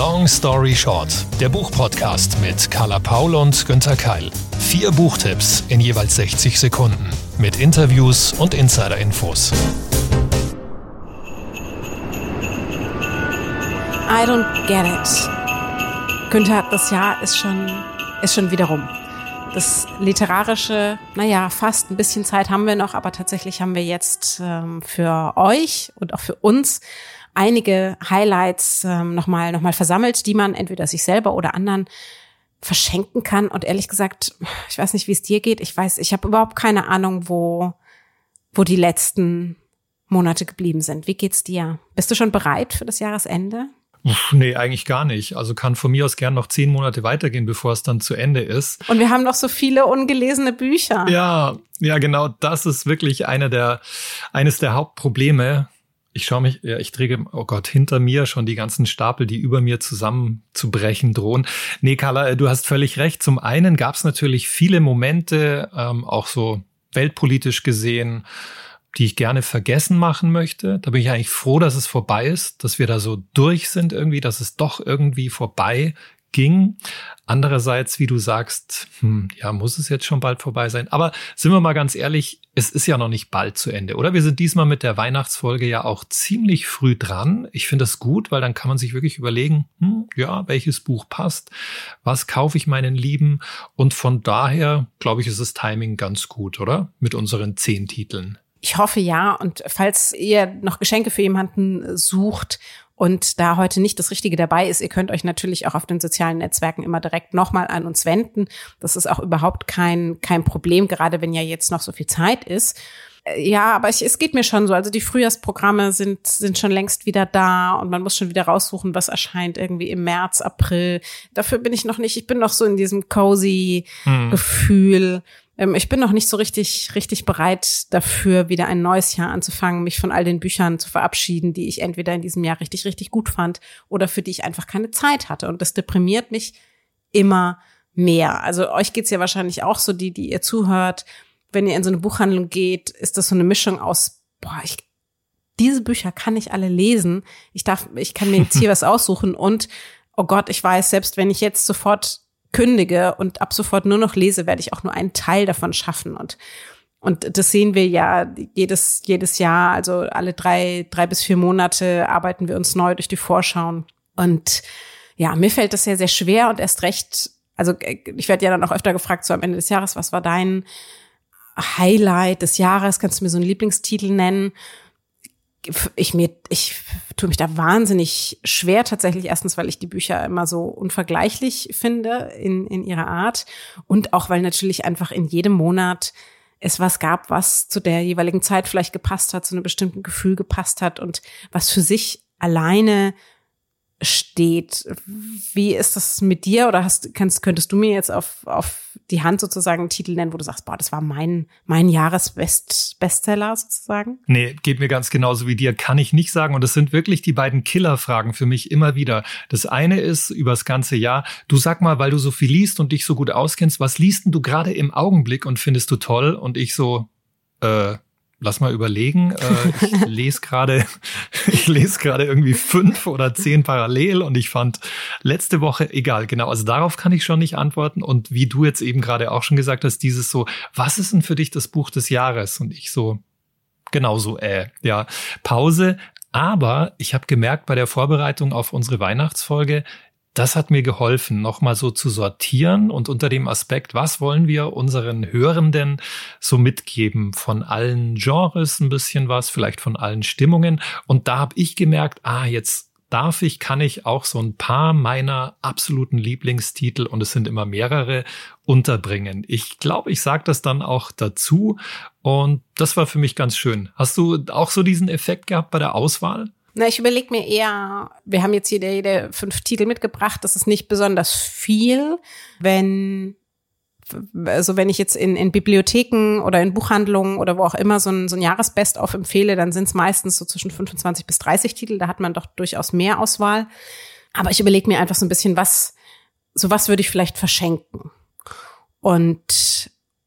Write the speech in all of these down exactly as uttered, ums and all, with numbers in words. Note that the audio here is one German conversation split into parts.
Long Story Short, der Buchpodcast mit Carla Paul und Günther Keil. Vier Buchtipps in jeweils sechzig Sekunden mit Interviews und Insider-Infos. I don't get it. Günther, das Jahr ist schon, ist schon wieder rum. Das Literarische, naja, fast ein bisschen Zeit haben wir noch, aber tatsächlich haben wir jetzt ähm, für euch und auch für uns einige Highlights ähm, nochmal noch mal versammelt, die man entweder sich selber oder anderen verschenken kann. Und ehrlich gesagt, ich weiß nicht, wie es dir geht. Ich weiß, ich habe überhaupt keine Ahnung, wo wo die letzten Monate geblieben sind. Wie geht's dir? Bist du schon bereit für das Jahresende? Uff, nee, eigentlich gar nicht. Also kann von mir aus gern noch zehn Monate weitergehen, bevor es dann zu Ende ist. Und wir haben noch so viele ungelesene Bücher. Ja, ja, genau. Das ist wirklich einer der, eines der Hauptprobleme. Ich schaue mich, ja, ich träge, oh Gott, hinter mir schon die ganzen Stapel, die über mir zusammenzubrechen drohen. Nee, Carla, du hast völlig recht. Zum einen gab es natürlich viele Momente, ähm, auch so weltpolitisch gesehen, die ich gerne vergessen machen möchte. Da bin ich eigentlich froh, dass es vorbei ist, dass wir da so durch sind irgendwie, dass es doch irgendwie vorbei ging. Andererseits, wie du sagst, hm, ja, muss es jetzt schon bald vorbei sein. Aber sind wir mal ganz ehrlich, es ist ja noch nicht bald zu Ende, oder? Wir sind diesmal mit der Weihnachtsfolge ja auch ziemlich früh dran. Ich finde das gut, weil dann kann man sich wirklich überlegen, hm, ja, welches Buch passt, was kaufe ich meinen Lieben? Und von daher, glaube ich, ist das Timing ganz gut, oder? Mit unseren zehn Titeln. Ich hoffe ja. Und falls ihr noch Geschenke für jemanden sucht und da heute nicht das Richtige dabei ist, ihr könnt euch natürlich auch auf den sozialen Netzwerken immer direkt nochmal an uns wenden. Das ist auch überhaupt kein kein Problem, gerade wenn ja jetzt noch so viel Zeit ist. Ja, aber ich, es geht mir schon so. Also die Frühjahrsprogramme sind sind schon längst wieder da und man muss schon wieder raussuchen, was erscheint irgendwie im März, April. Dafür bin ich noch nicht. Ich bin noch so in diesem cozy hm. Gefühl. Ich bin noch nicht so richtig, richtig bereit dafür, wieder ein neues Jahr anzufangen, mich von all den Büchern zu verabschieden, die ich entweder in diesem Jahr richtig, richtig gut fand oder für die ich einfach keine Zeit hatte. Und das deprimiert mich immer mehr. Also euch geht's ja wahrscheinlich auch so, die, die ihr zuhört. Wenn ihr in so eine Buchhandlung geht, ist das so eine Mischung aus, boah, ich, diese Bücher kann ich alle lesen. Ich darf, ich kann mir jetzt hier was aussuchen und, oh Gott, ich weiß, selbst wenn ich jetzt sofort kündige und ab sofort nur noch lese, werde ich auch nur einen Teil davon schaffen. Und und das sehen wir ja jedes jedes Jahr, also alle drei drei bis vier Monate arbeiten wir uns neu durch die Vorschauen. Und ja, mir fällt das sehr, sehr schwer und erst recht, also ich werde ja dann auch öfter gefragt, so am Ende des Jahres, was war dein Highlight des Jahres? Kannst du mir so einen Lieblingstitel nennen? Ich mir, ich tue mich da wahnsinnig schwer tatsächlich. Erstens, weil ich die Bücher immer so unvergleichlich finde in, in ihrer Art. Und auch, weil natürlich einfach in jedem Monat es was gab, was zu der jeweiligen Zeit vielleicht gepasst hat, zu einem bestimmten Gefühl gepasst hat und was für sich alleine steht. Wie ist das mit dir? Oder hast, kannst, könntest du mir jetzt auf, auf die Hand sozusagen einen Titel nennen, wo du sagst, boah, das war mein, mein Jahresbestseller sozusagen? Nee, geht mir ganz genauso wie dir, kann ich nicht sagen. Und das sind wirklich die beiden Killerfragen für mich immer wieder. Das eine ist übers ganze Jahr, du sag mal, weil du so viel liest und dich so gut auskennst, was liest denn du gerade im Augenblick und findest du toll? Und ich so, äh, lass mal überlegen. Äh, ich lese gerade, ich lese gerade irgendwie fünf oder zehn parallel und ich fand letzte Woche, egal, genau, also darauf kann ich schon nicht antworten. Und wie du jetzt eben gerade auch schon gesagt hast, dieses so, was ist denn für dich das Buch des Jahres? Und ich so, genauso, äh, ja, Pause. Aber ich habe gemerkt bei der Vorbereitung auf unsere Weihnachtsfolge, das hat mir geholfen, nochmal so zu sortieren und unter dem Aspekt, was wollen wir unseren Hörenden so mitgeben? Von allen Genres ein bisschen was, vielleicht von allen Stimmungen. Und da habe ich gemerkt, ah, jetzt darf ich, kann ich auch so ein paar meiner absoluten Lieblingstitel, und es sind immer mehrere, unterbringen. Ich glaube, ich sage das dann auch dazu und das war für mich ganz schön. Hast du auch so diesen Effekt gehabt bei der Auswahl? Na, ich überlege mir eher, wir haben jetzt jede, jede fünf Titel mitgebracht, das ist nicht besonders viel, wenn, also wenn ich jetzt in, in Bibliotheken oder in Buchhandlungen oder wo auch immer so ein, so ein Jahresbest-of empfehle, dann sind es meistens so zwischen fünfundzwanzig bis dreißig Titel, da hat man doch durchaus mehr Auswahl. Aber ich überlege mir einfach so ein bisschen, was, so was würde ich vielleicht verschenken. Und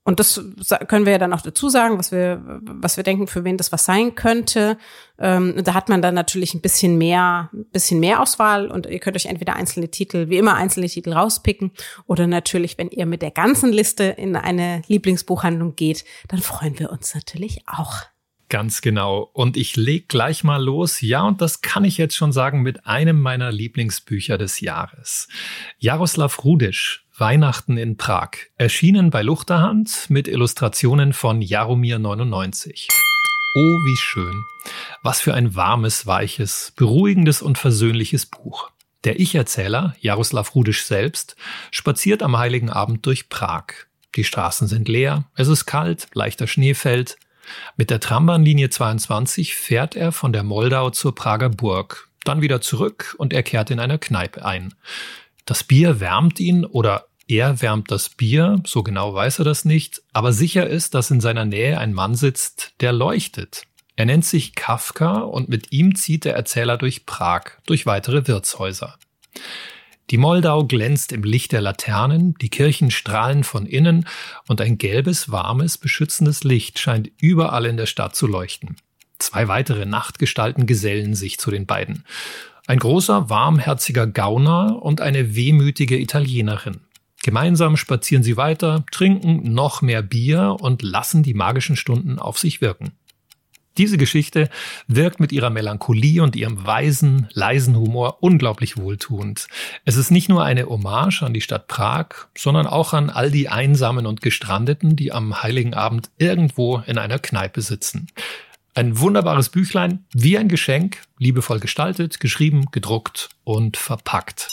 Und das können wir ja dann auch dazu sagen, was wir, was wir denken, für wen das was sein könnte. Ähm, da hat man dann natürlich ein bisschen mehr, ein bisschen mehr Auswahl und ihr könnt euch entweder einzelne Titel, wie immer einzelne Titel rauspicken oder natürlich, wenn ihr mit der ganzen Liste in eine Lieblingsbuchhandlung geht, dann freuen wir uns natürlich auch. Ganz genau. Und ich leg gleich mal los. Ja, und das kann ich jetzt schon sagen mit einem meiner Lieblingsbücher des Jahres. Jaroslav Rudisch, Weihnachten in Prag. Erschienen bei Luchterhand mit Illustrationen von Jaromir neunundneunzig. Oh, wie schön. Was für ein warmes, weiches, beruhigendes und versöhnliches Buch. Der Ich-Erzähler, Jaroslav Rudisch selbst, spaziert am Heiligen Abend durch Prag. Die Straßen sind leer, es ist kalt, leichter Schnee fällt. Mit der Trambahnlinie zweiundzwanzig fährt er von der Moldau zur Prager Burg, dann wieder zurück und er kehrt in einer Kneipe ein. Das Bier wärmt ihn oder er wärmt das Bier, so genau weiß er das nicht, aber sicher ist, dass in seiner Nähe ein Mann sitzt, der leuchtet. Er nennt sich Kafka und mit ihm zieht der Erzähler durch Prag, durch weitere Wirtshäuser. Die Moldau glänzt im Licht der Laternen, die Kirchen strahlen von innen und ein gelbes, warmes, beschützendes Licht scheint überall in der Stadt zu leuchten. Zwei weitere Nachtgestalten gesellen sich zu den beiden. Ein großer, warmherziger Gauner und eine wehmütige Italienerin. Gemeinsam spazieren sie weiter, trinken noch mehr Bier und lassen die magischen Stunden auf sich wirken. Diese Geschichte wirkt mit ihrer Melancholie und ihrem weisen, leisen Humor unglaublich wohltuend. Es ist nicht nur eine Hommage an die Stadt Prag, sondern auch an all die Einsamen und Gestrandeten, die am Heiligen Abend irgendwo in einer Kneipe sitzen. Ein wunderbares Büchlein, wie ein Geschenk, liebevoll gestaltet, geschrieben, gedruckt und verpackt.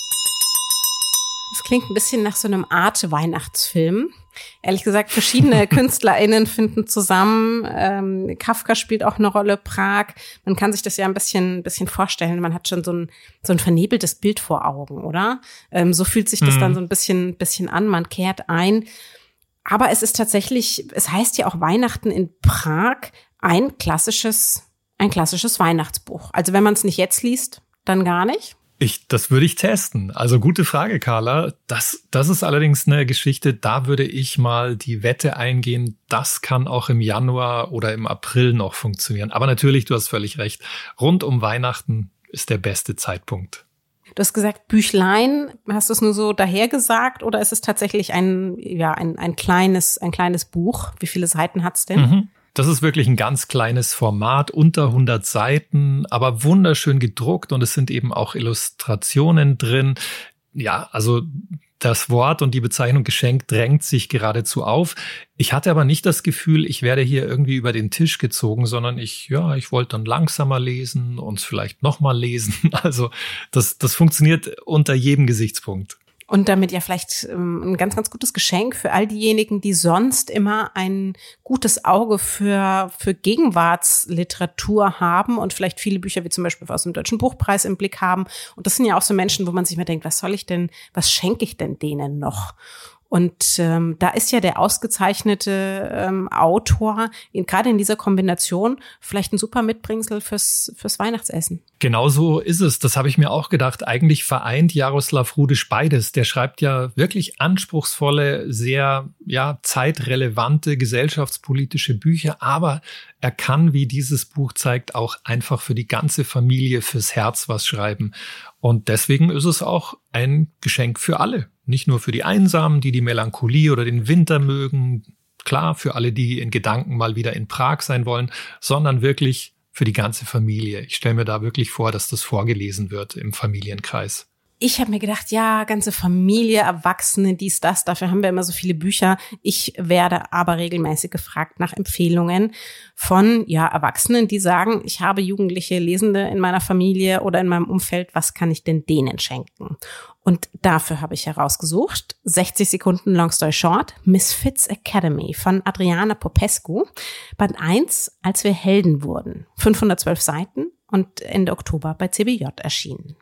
Das klingt ein bisschen nach so einem Art-Weihnachtsfilm. Ehrlich gesagt, verschiedene KünstlerInnen finden zusammen. Ähm, Kafka spielt auch eine Rolle, Prag. Man kann sich das ja ein bisschen, ein bisschen vorstellen. Man hat schon so ein, so ein vernebeltes Bild vor Augen, oder? Ähm, so fühlt sich das mhm. dann so ein bisschen, bisschen an. Man kehrt ein. Aber es ist tatsächlich, es heißt ja auch Weihnachten in Prag, ein klassisches, ein klassisches Weihnachtsbuch. Also wenn man es nicht jetzt liest, dann gar nicht. Ich, das würde ich testen. Also gute Frage, Carla. Das, das ist allerdings eine Geschichte, da würde ich mal die Wette eingehen, das kann auch im Januar oder im April noch funktionieren. Aber natürlich, du hast völlig recht, rund um Weihnachten ist der beste Zeitpunkt. Du hast gesagt, Büchlein, hast du es nur so dahergesagt oder ist es tatsächlich ein, ja, ein, ein kleines, ein kleines Buch? Wie viele Seiten hat's denn? Mhm. Das ist wirklich ein ganz kleines Format, unter hundert Seiten, aber wunderschön gedruckt und es sind eben auch Illustrationen drin. Ja, also das Wort und die Bezeichnung Geschenk drängt sich geradezu auf. Ich hatte aber nicht das Gefühl, ich werde hier irgendwie über den Tisch gezogen, sondern ich, ja, ich wollte dann langsamer lesen und es vielleicht nochmal lesen. Also das, das funktioniert unter jedem Gesichtspunkt. Und damit ja vielleicht ähm, ein ganz, ganz gutes Geschenk für all diejenigen, die sonst immer ein gutes Auge für für Gegenwartsliteratur haben und vielleicht viele Bücher wie zum Beispiel aus dem Deutschen Buchpreis im Blick haben. Und das sind ja auch so Menschen, wo man sich mal denkt, was soll ich denn, was schenke ich denn denen noch? Und ähm, da ist ja der ausgezeichnete ähm, Autor in, gerade in dieser Kombination vielleicht ein super Mitbringsel fürs fürs Weihnachtsessen. Genau so ist es. Das habe ich mir auch gedacht. Eigentlich vereint Jaroslav Rudisch beides. Der schreibt ja wirklich anspruchsvolle, sehr ja zeitrelevante gesellschaftspolitische Bücher, aber er kann, wie dieses Buch zeigt, auch einfach für die ganze Familie, fürs Herz was schreiben. Und deswegen ist es auch ein Geschenk für alle. Nicht nur für die Einsamen, die die Melancholie oder den Winter mögen, klar, für alle, die in Gedanken mal wieder in Prag sein wollen, sondern wirklich für die ganze Familie. Ich stelle mir da wirklich vor, dass das vorgelesen wird im Familienkreis. Ich habe mir gedacht, ja, ganze Familie, Erwachsene, dies, das, dafür haben wir immer so viele Bücher. Ich werde aber regelmäßig gefragt nach Empfehlungen von ja Erwachsenen, die sagen, ich habe jugendliche Lesende in meiner Familie oder in meinem Umfeld, was kann ich denn denen schenken? Und dafür habe ich herausgesucht, sechzig Sekunden Long Story Short, Misfits Academy von Adriana Popescu, Band eins, als wir Helden wurden, fünfhundertzwölf Seiten und Ende Oktober bei C B J erschienen.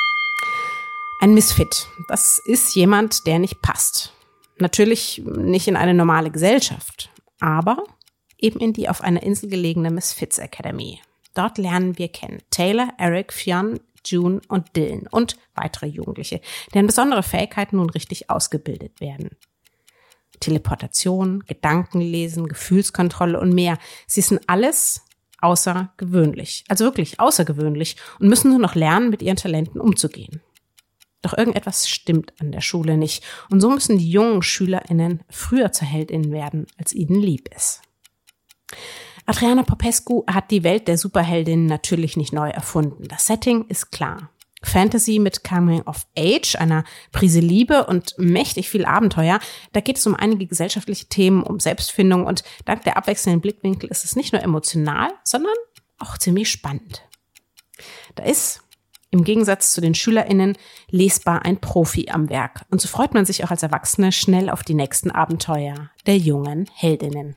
Ein Misfit, das ist jemand, der nicht passt. Natürlich nicht in eine normale Gesellschaft, aber eben in die auf einer Insel gelegene Misfits Academy. Dort lernen wir kennen Taylor, Eric, Fionn, June und Dylan und weitere Jugendliche, deren besondere Fähigkeiten nun richtig ausgebildet werden. Teleportation, Gedankenlesen, Gefühlskontrolle und mehr. Sie sind alles außergewöhnlich, also wirklich außergewöhnlich und müssen nur noch lernen, mit ihren Talenten umzugehen. Doch irgendetwas stimmt an der Schule nicht und so müssen die jungen SchülerInnen früher zu HeldInnen werden, als ihnen lieb ist. Adriana Popescu hat die Welt der Superheldinnen natürlich nicht neu erfunden. Das Setting ist klar. Fantasy mit Coming of Age, einer Prise Liebe und mächtig viel Abenteuer. Da geht es um einige gesellschaftliche Themen, um Selbstfindung und dank der abwechselnden Blickwinkel ist es nicht nur emotional, sondern auch ziemlich spannend. Da ist im Gegensatz zu den SchülerInnen lesbar ein Profi am Werk. Und so freut man sich auch als Erwachsene schnell auf die nächsten Abenteuer der jungen Heldinnen.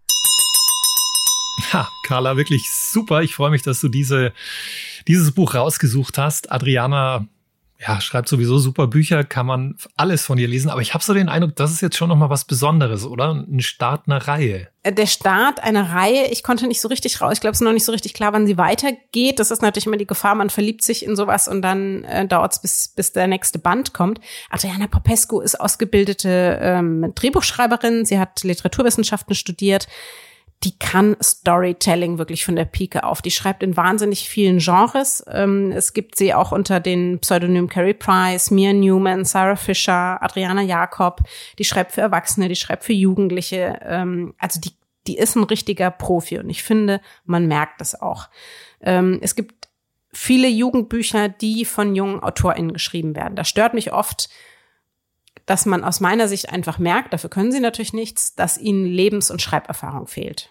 Ha, Carla, wirklich super. Ich freue mich, dass du diese, dieses Buch rausgesucht hast. Adriana, ja, schreibt sowieso super Bücher, kann man alles von ihr lesen. Aber ich habe so den Eindruck, das ist jetzt schon noch mal was Besonderes, oder? Ein Start einer Reihe. Der Start einer Reihe, ich konnte nicht so richtig raus. Ich glaube, es ist noch nicht so richtig klar, wann sie weitergeht. Das ist natürlich immer die Gefahr, man verliebt sich in sowas und dann äh, dauert es, bis, bis der nächste Band kommt. Adriana Popescu ist ausgebildete ähm, Drehbuchschreiberin. Sie hat Literaturwissenschaften studiert. Die kann Storytelling wirklich von der Pike auf. Die schreibt in wahnsinnig vielen Genres. Es gibt sie auch unter den Pseudonymen Carrie Price, Mia Newman, Sarah Fisher, Adriana Jacob. Die schreibt für Erwachsene, die schreibt für Jugendliche. Also die, die ist ein richtiger Profi und ich finde, man merkt das auch. Es gibt viele Jugendbücher, die von jungen AutorInnen geschrieben werden. Das stört mich oft, dass man aus meiner Sicht einfach merkt, dafür können sie natürlich nichts, dass ihnen Lebens- und Schreiberfahrung fehlt.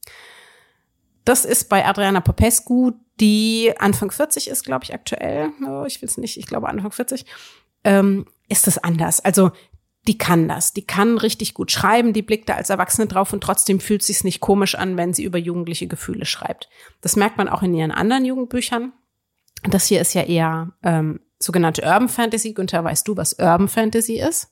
Das ist bei Adriana Popescu, die Anfang vierzig ist, glaube ich, aktuell. Oh, ich will es nicht, ich glaube Anfang vierzig. Ähm, ist das anders. Also die kann das. Die kann richtig gut schreiben. Die blickt da als Erwachsene drauf und trotzdem fühlt es sich nicht komisch an, wenn sie über jugendliche Gefühle schreibt. Das merkt man auch in ihren anderen Jugendbüchern. Das hier ist ja eher ähm, sogenannte Urban Fantasy. Günther, weißt du, was Urban Fantasy ist?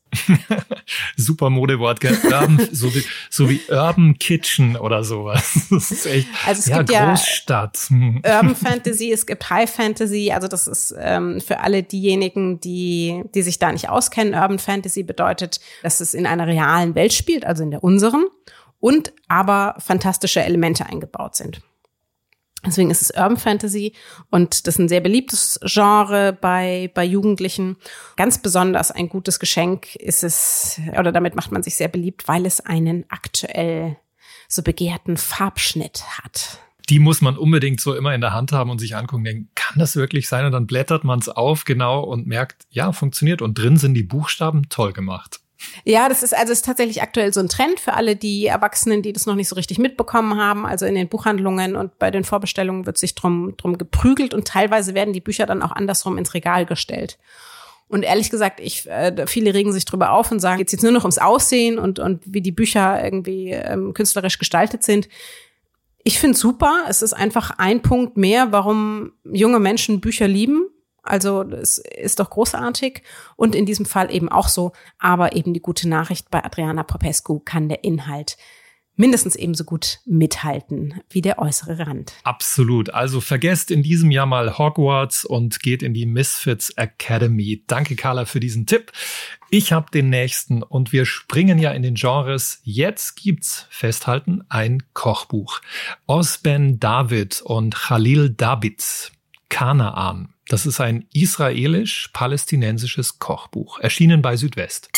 Super Modewort, gell? Urban, so, wie, so wie Urban Kitchen oder sowas. Das ist echt, also es ja, gibt Großstadt. Ja Urban Fantasy, es gibt High Fantasy. Also das ist ähm, für alle diejenigen, die die sich da nicht auskennen. Urban Fantasy bedeutet, dass es in einer realen Welt spielt, also in der unseren, und aber fantastische Elemente eingebaut sind. Deswegen ist es Urban Fantasy und das ist ein sehr beliebtes Genre bei bei Jugendlichen. Ganz besonders ein gutes Geschenk ist es, oder damit macht man sich sehr beliebt, weil es einen aktuell so begehrten Farbschnitt hat. Die muss man unbedingt so immer in der Hand haben und sich angucken, denken, kann das wirklich sein? Und dann blättert man es auf, genau, und merkt, ja, funktioniert. Und drin sind die Buchstaben toll gemacht. Ja, das ist also ist tatsächlich aktuell so ein Trend für alle die Erwachsenen, die das noch nicht so richtig mitbekommen haben. Also in den Buchhandlungen und bei den Vorbestellungen wird sich drum drum geprügelt und teilweise werden die Bücher dann auch andersrum ins Regal gestellt. Und ehrlich gesagt, ich äh, viele regen sich drüber auf und sagen, jetzt jetzt nur noch ums Aussehen und und wie die Bücher irgendwie ähm, künstlerisch gestaltet sind. Ich finde es super. Es ist einfach ein Punkt mehr, warum junge Menschen Bücher lieben. Also es ist doch großartig und in diesem Fall eben auch so. Aber eben die gute Nachricht, bei Adriana Popescu kann der Inhalt mindestens ebenso gut mithalten wie der äußere Rand. Absolut. Also vergesst in diesem Jahr mal Hogwarts und geht in die Misfits Academy. Danke, Carla, für diesen Tipp. Ich habe den nächsten und wir springen ja in den Genres. Jetzt gibt's, festhalten, ein Kochbuch. Osben David und Khalil David, Kanaan. Das ist ein israelisch-palästinensisches Kochbuch, erschienen bei Südwest.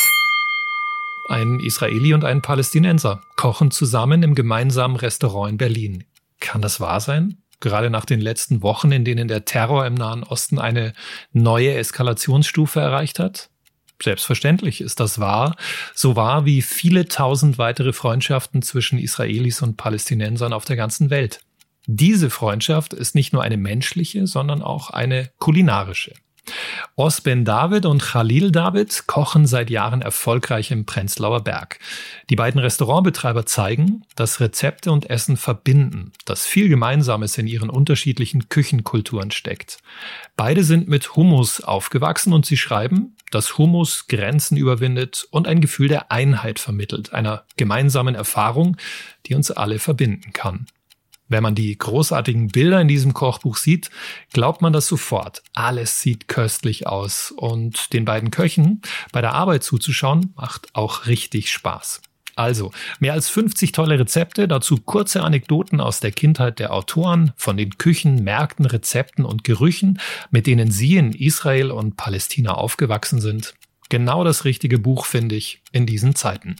Ein Israeli und ein Palästinenser kochen zusammen im gemeinsamen Restaurant in Berlin. Kann das wahr sein? Gerade nach den letzten Wochen, in denen der Terror im Nahen Osten eine neue Eskalationsstufe erreicht hat? Selbstverständlich ist das wahr. So wahr wie viele tausend weitere Freundschaften zwischen Israelis und Palästinensern auf der ganzen Welt. Diese Freundschaft ist nicht nur eine menschliche, sondern auch eine kulinarische. Osben David und Khalil David kochen seit Jahren erfolgreich im Prenzlauer Berg. Die beiden Restaurantbetreiber zeigen, dass Rezepte und Essen verbinden, dass viel Gemeinsames in ihren unterschiedlichen Küchenkulturen steckt. Beide sind mit Hummus aufgewachsen und sie schreiben, dass Hummus Grenzen überwindet und ein Gefühl der Einheit vermittelt, einer gemeinsamen Erfahrung, die uns alle verbinden kann. Wenn man die großartigen Bilder in diesem Kochbuch sieht, glaubt man das sofort. Alles sieht köstlich aus und den beiden Köchen bei der Arbeit zuzuschauen macht auch richtig Spaß. Also, mehr als fünfzig tolle Rezepte, dazu kurze Anekdoten aus der Kindheit der Autoren, von den Küchen, Märkten, Rezepten und Gerüchen, mit denen sie in Israel und Palästina aufgewachsen sind. Genau das richtige Buch, finde ich, in diesen Zeiten.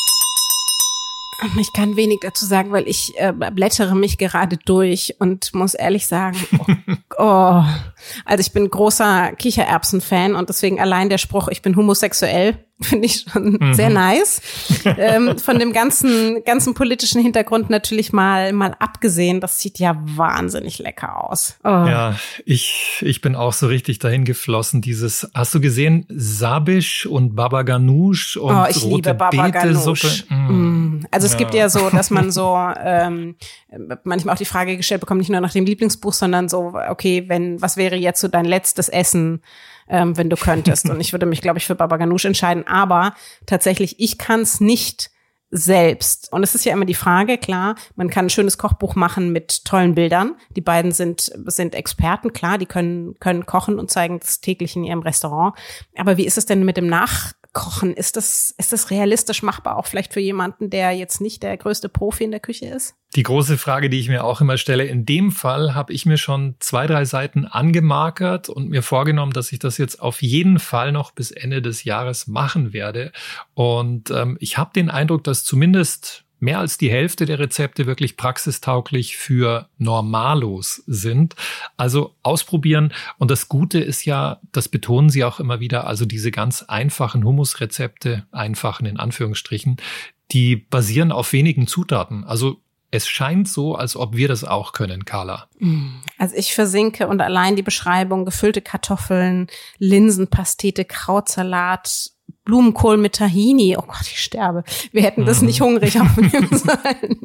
Ich kann wenig dazu sagen, weil ich äh, blättere mich gerade durch und muss ehrlich sagen, oh, oh, also ich bin großer Kichererbsen-Fan und deswegen allein der Spruch, ich bin homosexuell, finde ich schon mhm. sehr nice. ähm, von dem ganzen ganzen politischen Hintergrund natürlich mal mal abgesehen, das sieht ja wahnsinnig lecker aus. Oh. Ja, ich ich bin auch so richtig dahin geflossen. Dieses, hast du gesehen, Sabisch und Baba Ganoush und oh, ich rote liebe Baba Beete-Suppe. Mm. Also es ja. gibt ja so, dass man so ähm, manchmal auch die Frage gestellt bekommt, nicht nur nach dem Lieblingsbuch, sondern so, okay, wenn was wäre jetzt so dein letztes Essen, ähm, wenn du könntest? Und ich würde mich, glaube ich, für Baba Ganoush entscheiden. Aber tatsächlich, ich kann es nicht selbst. Und es ist ja immer die Frage, klar, man kann ein schönes Kochbuch machen mit tollen Bildern. Die beiden sind sind Experten, klar, die können können kochen und zeigen das täglich in ihrem Restaurant. Aber wie ist es denn mit dem Nachkochen? Ist das ist das realistisch machbar, auch vielleicht für jemanden, der jetzt nicht der größte Profi in der Küche ist? Die große Frage, die ich mir auch immer stelle, in dem Fall habe ich mir schon zwei, drei Seiten angemarkert und mir vorgenommen, dass ich das jetzt auf jeden Fall noch bis Ende des Jahres machen werde. Und ähm, ich habe den Eindruck, dass zumindest mehr als die Hälfte der Rezepte wirklich praxistauglich für Normalos sind. Also ausprobieren. Und das Gute ist ja, das betonen sie auch immer wieder, also diese ganz einfachen Hummusrezepte, einfachen in Anführungsstrichen, die basieren auf wenigen Zutaten. Also es scheint so, als ob wir das auch können, Carla. Also ich versinke und allein die Beschreibung, gefüllte Kartoffeln, Linsenpastete, Krautsalat, Blumenkohl mit Tahini. Oh Gott, ich sterbe. Wir hätten das nicht hungrig aufnehmen sollen.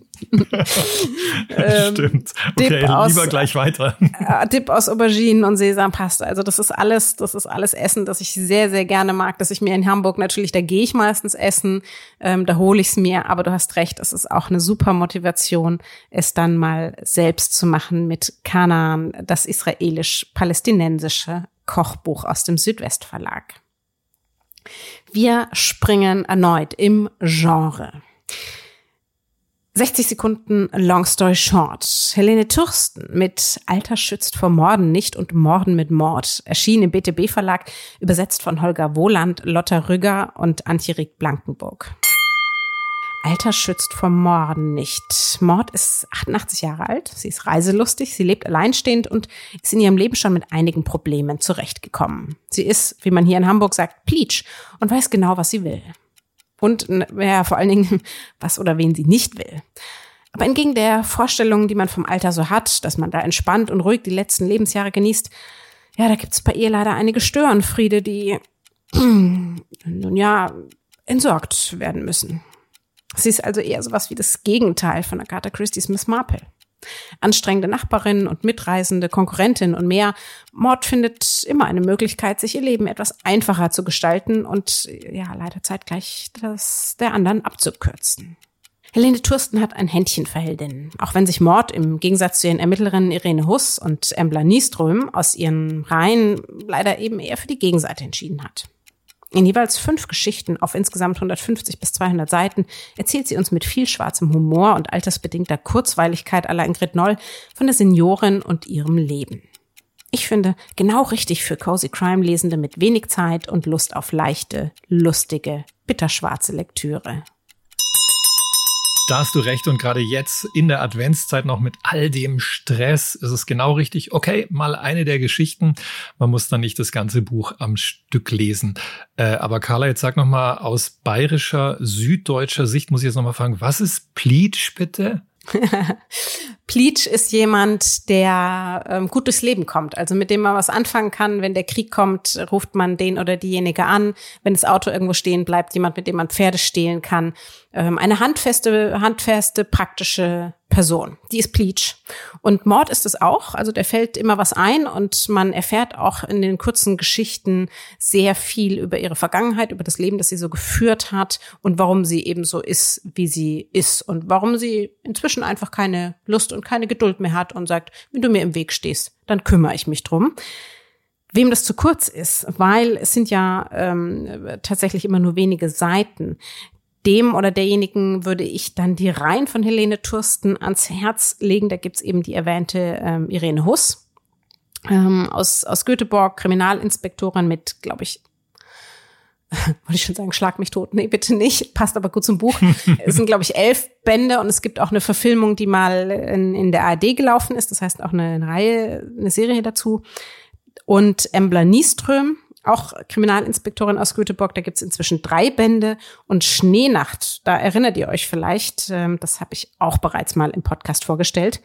Stimmt. Okay, Dip aus, lieber gleich weiter. Äh, Dip aus Auberginen und Sesampaste. Also das ist alles, das ist alles Essen, das ich sehr, sehr gerne mag, dass ich mir in Hamburg natürlich, da gehe ich meistens essen, ähm, da hole ich es mir. Aber du hast recht, es ist auch eine super Motivation, es dann mal selbst zu machen mit Kanaan, das israelisch-palästinensische Kochbuch aus dem Südwestverlag. Wir springen erneut im Genre. sechzig Sekunden Long Story Short. Helene Thürsten mit Alter schützt vor Morden nicht und Morden mit Mord. Erschien im B T B-Verlag, übersetzt von Holger Wohland, Lotta Rügger und Antje Blankenburg. Alter schützt vor Morden nicht. Mord ist achtundachtzig Jahre alt, sie ist reiselustig, sie lebt alleinstehend und ist in ihrem Leben schon mit einigen Problemen zurechtgekommen. Sie ist, wie man hier in Hamburg sagt, Pleatsch und weiß genau, was sie will. Und ja, vor allen Dingen, was oder wen sie nicht will. Aber entgegen der Vorstellungen, die man vom Alter so hat, dass man da entspannt und ruhig die letzten Lebensjahre genießt, ja, da gibt's bei ihr leider einige Störenfriede, die, nun ja, entsorgt werden müssen. Sie ist also eher sowas wie das Gegenteil von Agatha Christie's Miss Marple. Anstrengende Nachbarinnen und Mitreisende, Konkurrentinnen und mehr. Mord findet immer eine Möglichkeit, sich ihr Leben etwas einfacher zu gestalten und ja, leider zeitgleich das der anderen abzukürzen. Helene Thürsten hat ein Händchen für Heldinnen. Auch wenn sich Mord im Gegensatz zu ihren Ermittlerinnen Irene Huss und Embla Nieström aus ihren Reihen leider eben eher für die Gegenseite entschieden hat. In jeweils fünf Geschichten auf insgesamt hundertfünfzig bis zweihundert Seiten erzählt sie uns mit viel schwarzem Humor und altersbedingter Kurzweiligkeit à la Ingrid Noll von der Seniorin und ihrem Leben. Ich finde, genau richtig für Cozy Crime Lesende mit wenig Zeit und Lust auf leichte, lustige, bitterschwarze Lektüre. Da hast du recht und gerade jetzt in der Adventszeit noch mit all dem Stress ist es genau richtig. Okay, mal eine der Geschichten. Man muss dann nicht das ganze Buch am Stück lesen. Äh, aber Carla, jetzt sag noch mal aus bayerischer, süddeutscher Sicht muss ich jetzt noch mal fragen, was ist Pleatsch bitte? Pleatsch ist jemand, der ähm, gut durchs Leben kommt, also mit dem man was anfangen kann. Wenn der Krieg kommt, ruft man den oder diejenige an. Wenn das Auto irgendwo stehen bleibt, jemand, mit dem man Pferde stehlen kann. Ähm, eine handfeste, handfeste, praktische Person. Die ist Pleatsch. Und Mord ist es auch. Also der fällt immer was ein und man erfährt auch in den kurzen Geschichten sehr viel über ihre Vergangenheit, über das Leben, das sie so geführt hat und warum sie eben so ist, wie sie ist und warum sie inzwischen einfach keine Lust und keine Geduld mehr hat und sagt, wenn du mir im Weg stehst, dann kümmere ich mich drum. Wem das zu kurz ist, weil es sind ja ähm, tatsächlich immer nur wenige Seiten. dem oder derjenigen würde ich dann die Reihen von Helene Tursten ans Herz legen. Da gibt's eben die erwähnte ähm, Irene Huss ähm, aus, aus Göteborg, Kriminalinspektorin mit, glaube ich, wollte ich schon sagen, schlag mich tot. Nee, bitte nicht. Passt aber gut zum Buch. Es sind, glaube ich, elf Bände und es gibt auch eine Verfilmung, die mal in, in der A R D gelaufen ist. Das heißt auch eine, eine Reihe, eine Serie dazu. Und Embla Nyström, auch Kriminalinspektorin aus Göteborg. Da gibt's inzwischen drei Bände. Und Schneenacht, da erinnert ihr euch vielleicht, das habe ich auch bereits mal im Podcast vorgestellt.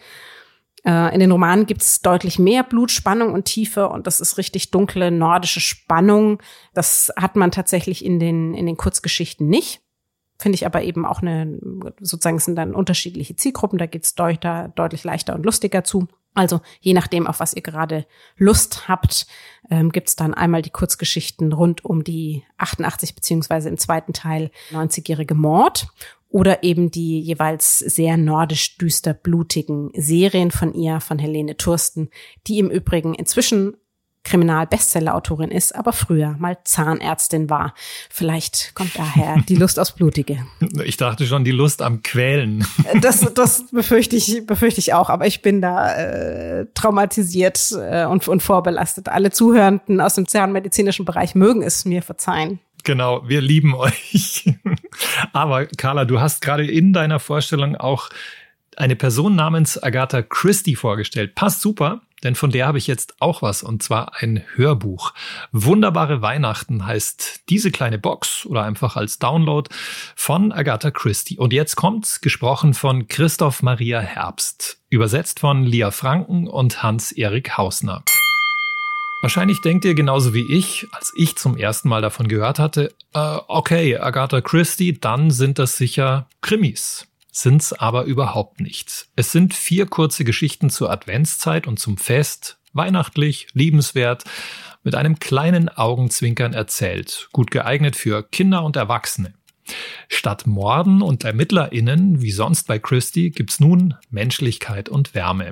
In den Romanen gibt's deutlich mehr Blut, Spannung und Tiefe und das ist richtig dunkle nordische Spannung. Das hat man tatsächlich in den in den Kurzgeschichten nicht. Finde ich aber eben auch eine, sozusagen sind dann unterschiedliche Zielgruppen. Da geht's deut, deutlich leichter und lustiger zu. Also je nachdem, auf was ihr gerade Lust habt, ähm, gibt's dann einmal die Kurzgeschichten rund um die achtundachtzig beziehungsweise im zweiten Teil neunzigjährige Mord. Oder eben die jeweils sehr nordisch düster blutigen Serien von ihr, von Helene Tursten, die im Übrigen inzwischen Kriminal-Bestseller-Autorin ist, aber früher mal Zahnärztin war. Vielleicht kommt daher die Lust aufs Blutige. Ich dachte schon, die Lust am Quälen. Das, das befürchte ich, befürchte ich auch, aber ich bin da äh, traumatisiert äh, und, und vorbelastet. Alle Zuhörenden aus dem zahnmedizinischen Bereich mögen es mir verzeihen. Genau, wir lieben euch. Aber Carla, du hast gerade in deiner Vorstellung auch eine Person namens Agatha Christie vorgestellt. Passt super, denn von der habe ich jetzt auch was, und zwar ein Hörbuch. Wunderbare Weihnachten heißt diese kleine Box oder einfach als Download von Agatha Christie. Und jetzt kommt's, gesprochen von Christoph Maria Herbst, übersetzt von Lia Franken und Hans-Erik Hausner. Wahrscheinlich denkt ihr genauso wie ich, als ich zum ersten Mal davon gehört hatte, äh, okay, Agatha Christie, dann sind das sicher Krimis. Sind's aber überhaupt nicht. Es sind vier kurze Geschichten zur Adventszeit und zum Fest, weihnachtlich, liebenswert, mit einem kleinen Augenzwinkern erzählt, gut geeignet für Kinder und Erwachsene. Statt Morden und ErmittlerInnen, wie sonst bei Christie, gibt's nun Menschlichkeit und Wärme.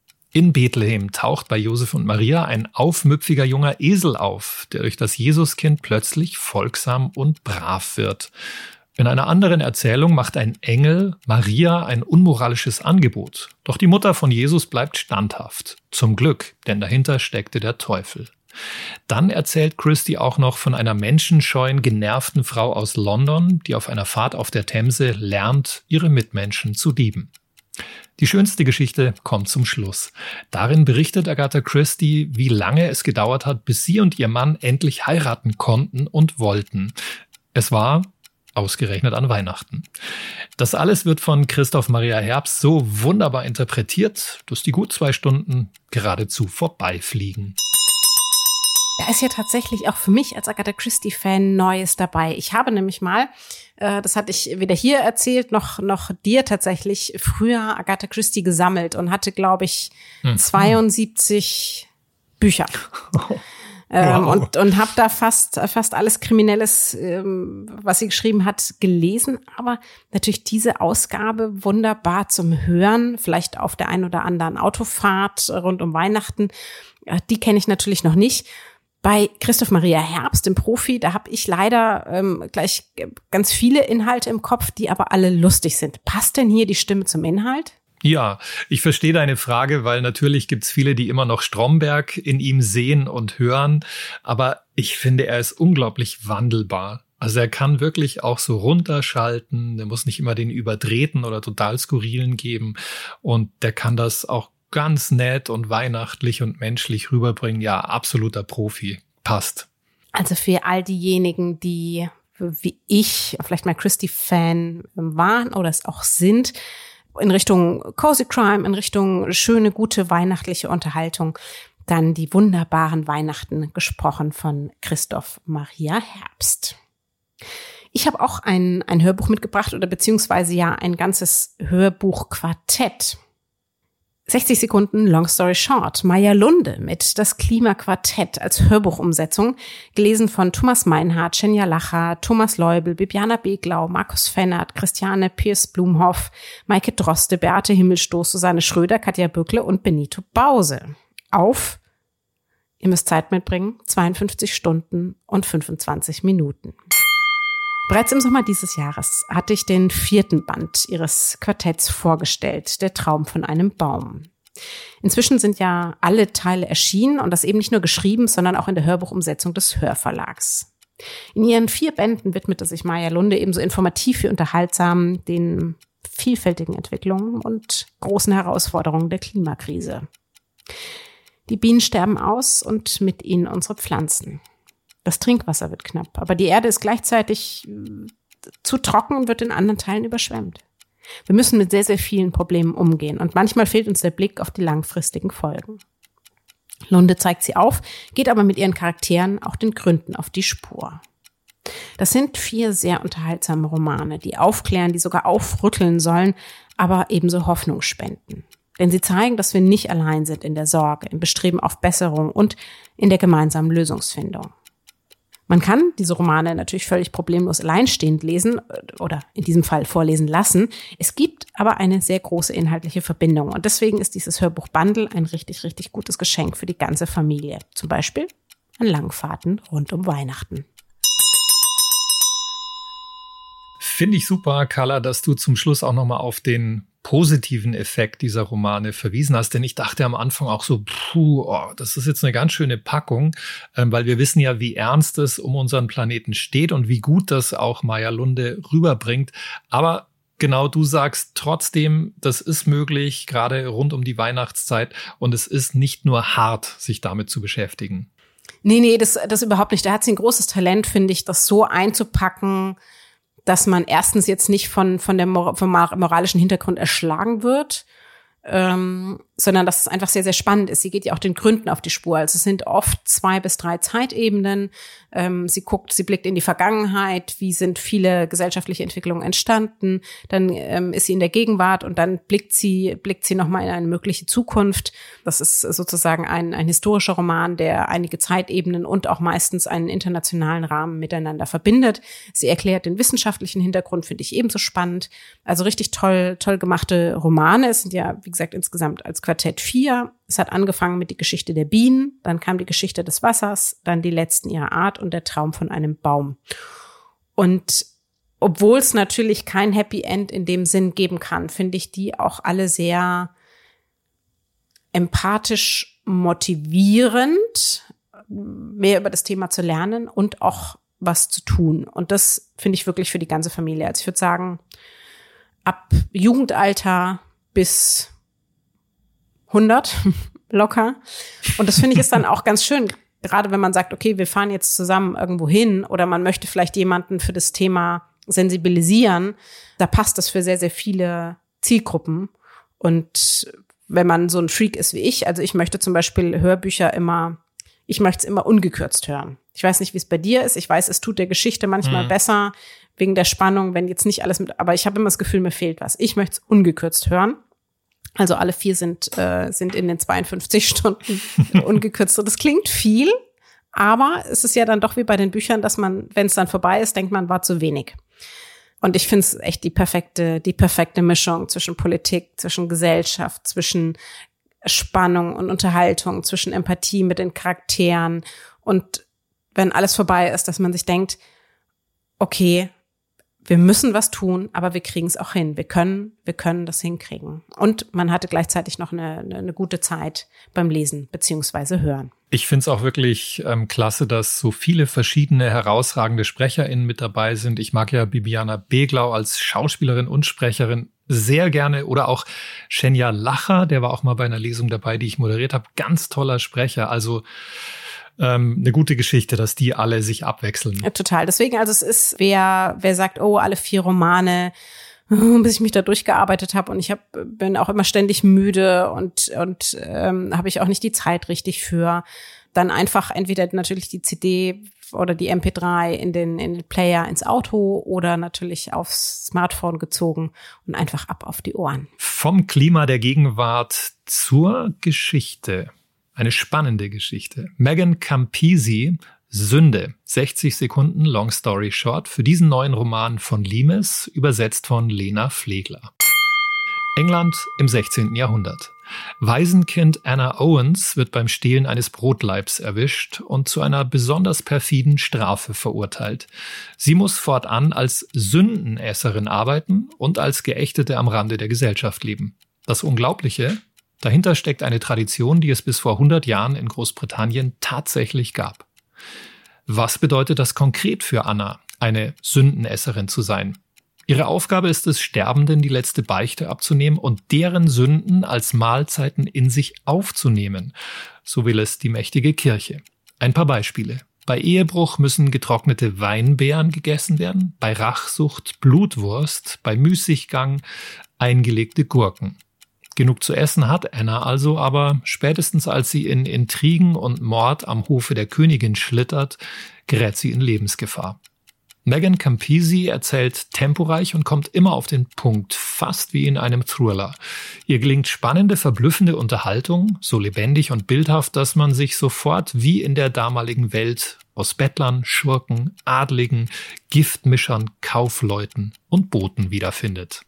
In Bethlehem taucht bei Josef und Maria ein aufmüpfiger junger Esel auf, der durch das Jesuskind plötzlich folgsam und brav wird. In einer anderen Erzählung macht ein Engel Maria ein unmoralisches Angebot. Doch die Mutter von Jesus bleibt standhaft. Zum Glück, denn dahinter steckte der Teufel. Dann erzählt Christie auch noch von einer menschenscheuen, genervten Frau aus London, die auf einer Fahrt auf der Themse lernt, ihre Mitmenschen zu lieben. Die schönste Geschichte kommt zum Schluss. Darin berichtet Agatha Christie, wie lange es gedauert hat, bis sie und ihr Mann endlich heiraten konnten und wollten. Es war ausgerechnet an Weihnachten. Das alles wird von Christoph Maria Herbst so wunderbar interpretiert, dass die gut zwei Stunden geradezu vorbeifliegen. Da ist ja tatsächlich auch für mich als Agatha Christie-Fan Neues dabei. Ich habe nämlich mal, äh, das hatte ich weder hier erzählt, noch noch dir tatsächlich, früher Agatha Christie gesammelt und hatte, glaube ich, hm. zweiundsiebzig Bücher. Oh. Ähm, wow. Und, und habe da fast fast alles Kriminelles, ähm, was sie geschrieben hat, gelesen. Aber natürlich diese Ausgabe wunderbar zum Hören, vielleicht auf der einen oder anderen Autofahrt rund um Weihnachten. Die kenne ich natürlich noch nicht. Bei Christoph Maria Herbst, dem Profi, da habe ich leider ähm, gleich ganz viele Inhalte im Kopf, die aber alle lustig sind. Passt denn hier die Stimme zum Inhalt? Ja, ich verstehe deine Frage, weil natürlich gibt's viele, die immer noch Stromberg in ihm sehen und hören. Aber ich finde, er ist unglaublich wandelbar. Also er kann wirklich auch so runterschalten. Der muss nicht immer den überdrehten oder total skurrilen geben. Und der kann das auch ganz nett und weihnachtlich und menschlich rüberbringen. Ja, absoluter Profi. Passt. Also für all diejenigen, die wie ich vielleicht mal Christie-Fan waren oder es auch sind, in Richtung Cozy Crime, in Richtung schöne, gute weihnachtliche Unterhaltung, dann die wunderbaren Weihnachten, gesprochen von Christoph Maria Herbst. Ich habe auch ein, ein Hörbuch mitgebracht oder beziehungsweise ja ein ganzes Hörbuchquartett. sechzig Sekunden Long Story Short. Maya Lunde mit Das Klimaquartett als Hörbuchumsetzung, gelesen von Thomas Meinhardt, Schenja Lacher, Thomas Leubel, Bibiana Beglau, Markus Fennert, Christiane Pierce-Blumhoff, Maike Droste, Beate Himmelstoß, Susanne Schröder, Katja Bückle und Benito Bause. Auf, ihr müsst Zeit mitbringen, zweiundfünfzig Stunden und fünfundzwanzig Minuten. Bereits im Sommer dieses Jahres hatte ich den vierten Band ihres Quartetts vorgestellt, Der Traum von einem Baum. Inzwischen sind ja alle Teile erschienen und das eben nicht nur geschrieben, sondern auch in der Hörbuchumsetzung des Hörverlags. In ihren vier Bänden widmete sich Maja Lunde ebenso informativ wie unterhaltsam den vielfältigen Entwicklungen und großen Herausforderungen der Klimakrise. Die Bienen sterben aus und mit ihnen unsere Pflanzen. Das Trinkwasser wird knapp, aber die Erde ist gleichzeitig zu trocken und wird in anderen Teilen überschwemmt. Wir müssen mit sehr, sehr vielen Problemen umgehen und manchmal fehlt uns der Blick auf die langfristigen Folgen. Lunde zeigt sie auf, geht aber mit ihren Charakteren auch den Gründen auf die Spur. Das sind vier sehr unterhaltsame Romane, die aufklären, die sogar aufrütteln sollen, aber ebenso Hoffnung spenden. Denn sie zeigen, dass wir nicht allein sind in der Sorge, im Bestreben auf Besserung und in der gemeinsamen Lösungsfindung. Man kann diese Romane natürlich völlig problemlos alleinstehend lesen oder in diesem Fall vorlesen lassen. Es gibt aber eine sehr große inhaltliche Verbindung und deswegen ist dieses Hörbuch-Bundle ein richtig, richtig gutes Geschenk für die ganze Familie. Zum Beispiel an Langfahrten rund um Weihnachten. Finde ich super, Carla, dass du zum Schluss auch nochmal auf den positiven Effekt dieser Romane verwiesen hast, denn ich dachte am Anfang auch so, puh, oh, das ist jetzt eine ganz schöne Packung, ähm, weil wir wissen ja, wie ernst es um unseren Planeten steht und wie gut das auch Maja Lunde rüberbringt. Aber genau, du sagst trotzdem, das ist möglich, gerade rund um die Weihnachtszeit und es ist nicht nur hart, sich damit zu beschäftigen. Nee, nee, das, das überhaupt nicht. Da hat sie ein großes Talent, finde ich, das so einzupacken, dass man erstens jetzt nicht von von der vom moralischen Hintergrund erschlagen wird, ähm, sondern dass es einfach sehr, sehr spannend ist. Sie geht ja auch den Gründen auf die Spur. Also es sind oft zwei bis drei Zeitebenen. Ähm, sie guckt, sie blickt in die Vergangenheit. Wie sind viele gesellschaftliche Entwicklungen entstanden? Dann ähm, ist sie in der Gegenwart und dann blickt sie blickt sie nochmal in eine mögliche Zukunft. Das ist sozusagen ein ein historischer Roman, der einige Zeitebenen und auch meistens einen internationalen Rahmen miteinander verbindet. Sie erklärt den wissenschaftlichen Hintergrund, finde ich ebenso spannend. Also richtig toll toll gemachte Romane. Es sind ja, wie gesagt, insgesamt als Quartett vier. Es hat angefangen mit die Geschichte der Bienen, dann kam die Geschichte des Wassers, dann die letzten ihrer Art und der Traum von einem Baum. Und obwohl es natürlich kein Happy End in dem Sinn geben kann, finde ich die auch alle sehr empathisch motivierend, mehr über das Thema zu lernen und auch was zu tun. Und das finde ich wirklich für die ganze Familie. Also ich würde sagen, ab Jugendalter bis hundert locker. Und das finde ich ist dann auch ganz schön, gerade wenn man sagt, okay, wir fahren jetzt zusammen irgendwo hin oder man möchte vielleicht jemanden für das Thema sensibilisieren, da passt das für sehr, sehr viele Zielgruppen. Und wenn man so ein Freak ist wie ich, also ich möchte zum Beispiel Hörbücher immer, ich möchte es immer ungekürzt hören. Ich weiß nicht, wie es bei dir ist. Ich weiß, es tut der Geschichte manchmal mhm. besser, wegen der Spannung, wenn jetzt nicht alles mit, aber ich habe immer das Gefühl, mir fehlt was. Ich möchte es ungekürzt hören. Also alle vier sind äh, sind in den zweiundfünfzig Stunden ungekürzt. Das klingt viel, aber es ist ja dann doch wie bei den Büchern, dass man, wenn es dann vorbei ist, denkt man, war zu wenig. Und ich finde es echt die perfekte die perfekte Mischung zwischen Politik, zwischen Gesellschaft, zwischen Spannung und Unterhaltung, zwischen Empathie mit den Charakteren und wenn alles vorbei ist, dass man sich denkt, okay, wir müssen was tun, aber wir kriegen es auch hin. Wir können, wir können das hinkriegen. Und man hatte gleichzeitig noch eine, eine, eine gute Zeit beim Lesen beziehungsweise Hören. Ich finde es auch wirklich ähm, klasse, dass so viele verschiedene herausragende SprecherInnen mit dabei sind. Ich mag ja Bibiana Beglau als Schauspielerin und Sprecherin sehr gerne. Oder auch Shenya Lacher, der war auch mal bei einer Lesung dabei, die ich moderiert habe. Ganz toller Sprecher. Also Ähm, eine gute Geschichte, dass die alle sich abwechseln. Ja, total. Deswegen, also es ist, wer wer sagt, oh, alle vier Romane, bis ich mich da durchgearbeitet habe und ich hab, bin auch immer ständig müde und und ähm, habe ich auch nicht die Zeit richtig für, dann einfach entweder natürlich die C D oder die M P drei in den in den Player ins Auto oder natürlich aufs Smartphone gezogen und einfach ab auf die Ohren. Vom Klima der Gegenwart zur Geschichte. Eine spannende Geschichte. Megan Campisi, Sünde. sechzig Sekunden, Long Story Short, für diesen neuen Roman von Limes, übersetzt von Lena Flegler. England im sechzehnten Jahrhundert. Waisenkind Anna Owens wird beim Stehlen eines Brotlaibs erwischt und zu einer besonders perfiden Strafe verurteilt. Sie muss fortan als Sündenesserin arbeiten und als Geächtete am Rande der Gesellschaft leben. Das Unglaubliche: dahinter steckt eine Tradition, die es bis vor hundert Jahren in Großbritannien tatsächlich gab. Was bedeutet das konkret für Anna, eine Sündenesserin zu sein? Ihre Aufgabe ist es, Sterbenden die letzte Beichte abzunehmen und deren Sünden als Mahlzeiten in sich aufzunehmen. So will es die mächtige Kirche. Ein paar Beispiele. Bei Ehebruch müssen getrocknete Weinbeeren gegessen werden, bei Rachsucht Blutwurst, bei Müßiggang eingelegte Gurken. Genug zu essen hat Anna also, aber spätestens als sie in Intrigen und Mord am Hofe der Königin schlittert, gerät sie in Lebensgefahr. Megan Campisi erzählt temporeich und kommt immer auf den Punkt, fast wie in einem Thriller. Ihr gelingt spannende, verblüffende Unterhaltung, so lebendig und bildhaft, dass man sich sofort wie in der damaligen Welt aus Bettlern, Schurken, Adligen, Giftmischern, Kaufleuten und Boten wiederfindet.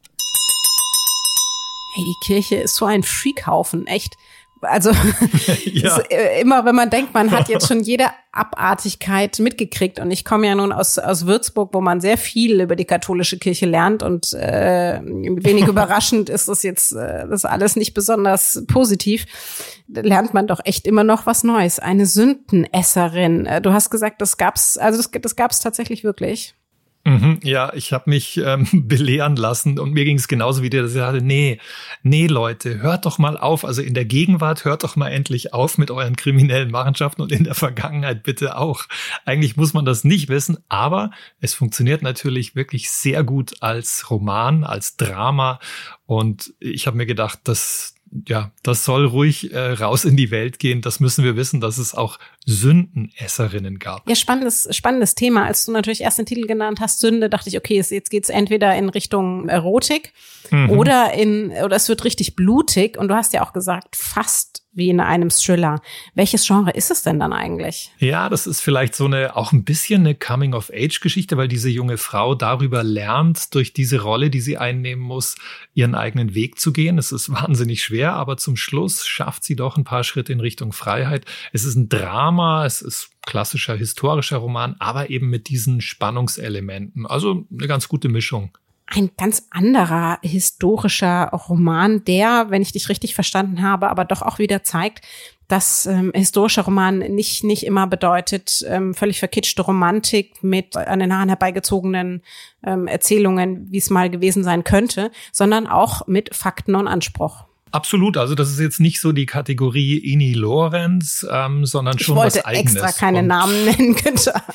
Hey, die Kirche ist so ein Freakhaufen, echt. Also ja. Immer, wenn man denkt, man hat jetzt schon jede Abartigkeit mitgekriegt. Und ich komme ja nun aus aus Würzburg, wo man sehr viel über die katholische Kirche lernt. Und äh, wenig überraschend ist das jetzt äh, das alles nicht besonders positiv. Da lernt man doch echt immer noch was Neues. Eine Sündenesserin. Du hast gesagt, das gab's, also das, das gab's tatsächlich wirklich. Mhm, ja, ich habe mich ähm, belehren lassen und mir ging es genauso wie dir, dass ich dachte, nee, nee Leute, hört doch mal auf, also in der Gegenwart hört doch mal endlich auf mit euren kriminellen Machenschaften und in der Vergangenheit bitte auch. Eigentlich muss man das nicht wissen, aber es funktioniert natürlich wirklich sehr gut als Roman, als Drama und ich habe mir gedacht, das ja, das soll ruhig äh, raus in die Welt gehen. Das müssen wir wissen, dass es auch Sündenesserinnen gab. Ja, spannendes, spannendes Thema. Als du natürlich erst den Titel genannt hast, Sünde, dachte ich, okay, jetzt geht's entweder in Richtung Erotik mhm. oder in, oder es wird richtig blutig. Und du hast ja auch gesagt, fast wie in einem Thriller. Welches Genre ist es denn dann eigentlich? Ja, das ist vielleicht so eine, auch ein bisschen eine Coming-of-Age-Geschichte, weil diese junge Frau darüber lernt, durch diese Rolle, die sie einnehmen muss, ihren eigenen Weg zu gehen. Es ist wahnsinnig schwer, aber zum Schluss schafft sie doch ein paar Schritte in Richtung Freiheit. Es ist ein Drama, es ist klassischer historischer Roman, aber eben mit diesen Spannungselementen. Also eine ganz gute Mischung. Ein ganz anderer historischer Roman, der, wenn ich dich richtig verstanden habe, aber doch auch wieder zeigt, dass ähm, historischer Roman nicht nicht immer bedeutet ähm, völlig verkitschte Romantik mit an den Haaren herbeigezogenen ähm, Erzählungen, wie es mal gewesen sein könnte, sondern auch mit Fakten und Anspruch. Absolut, also das ist jetzt nicht so die Kategorie Ini Lorenz, ähm, sondern schon was Eigenes. Ich wollte extra keine und Namen nennen, Günther.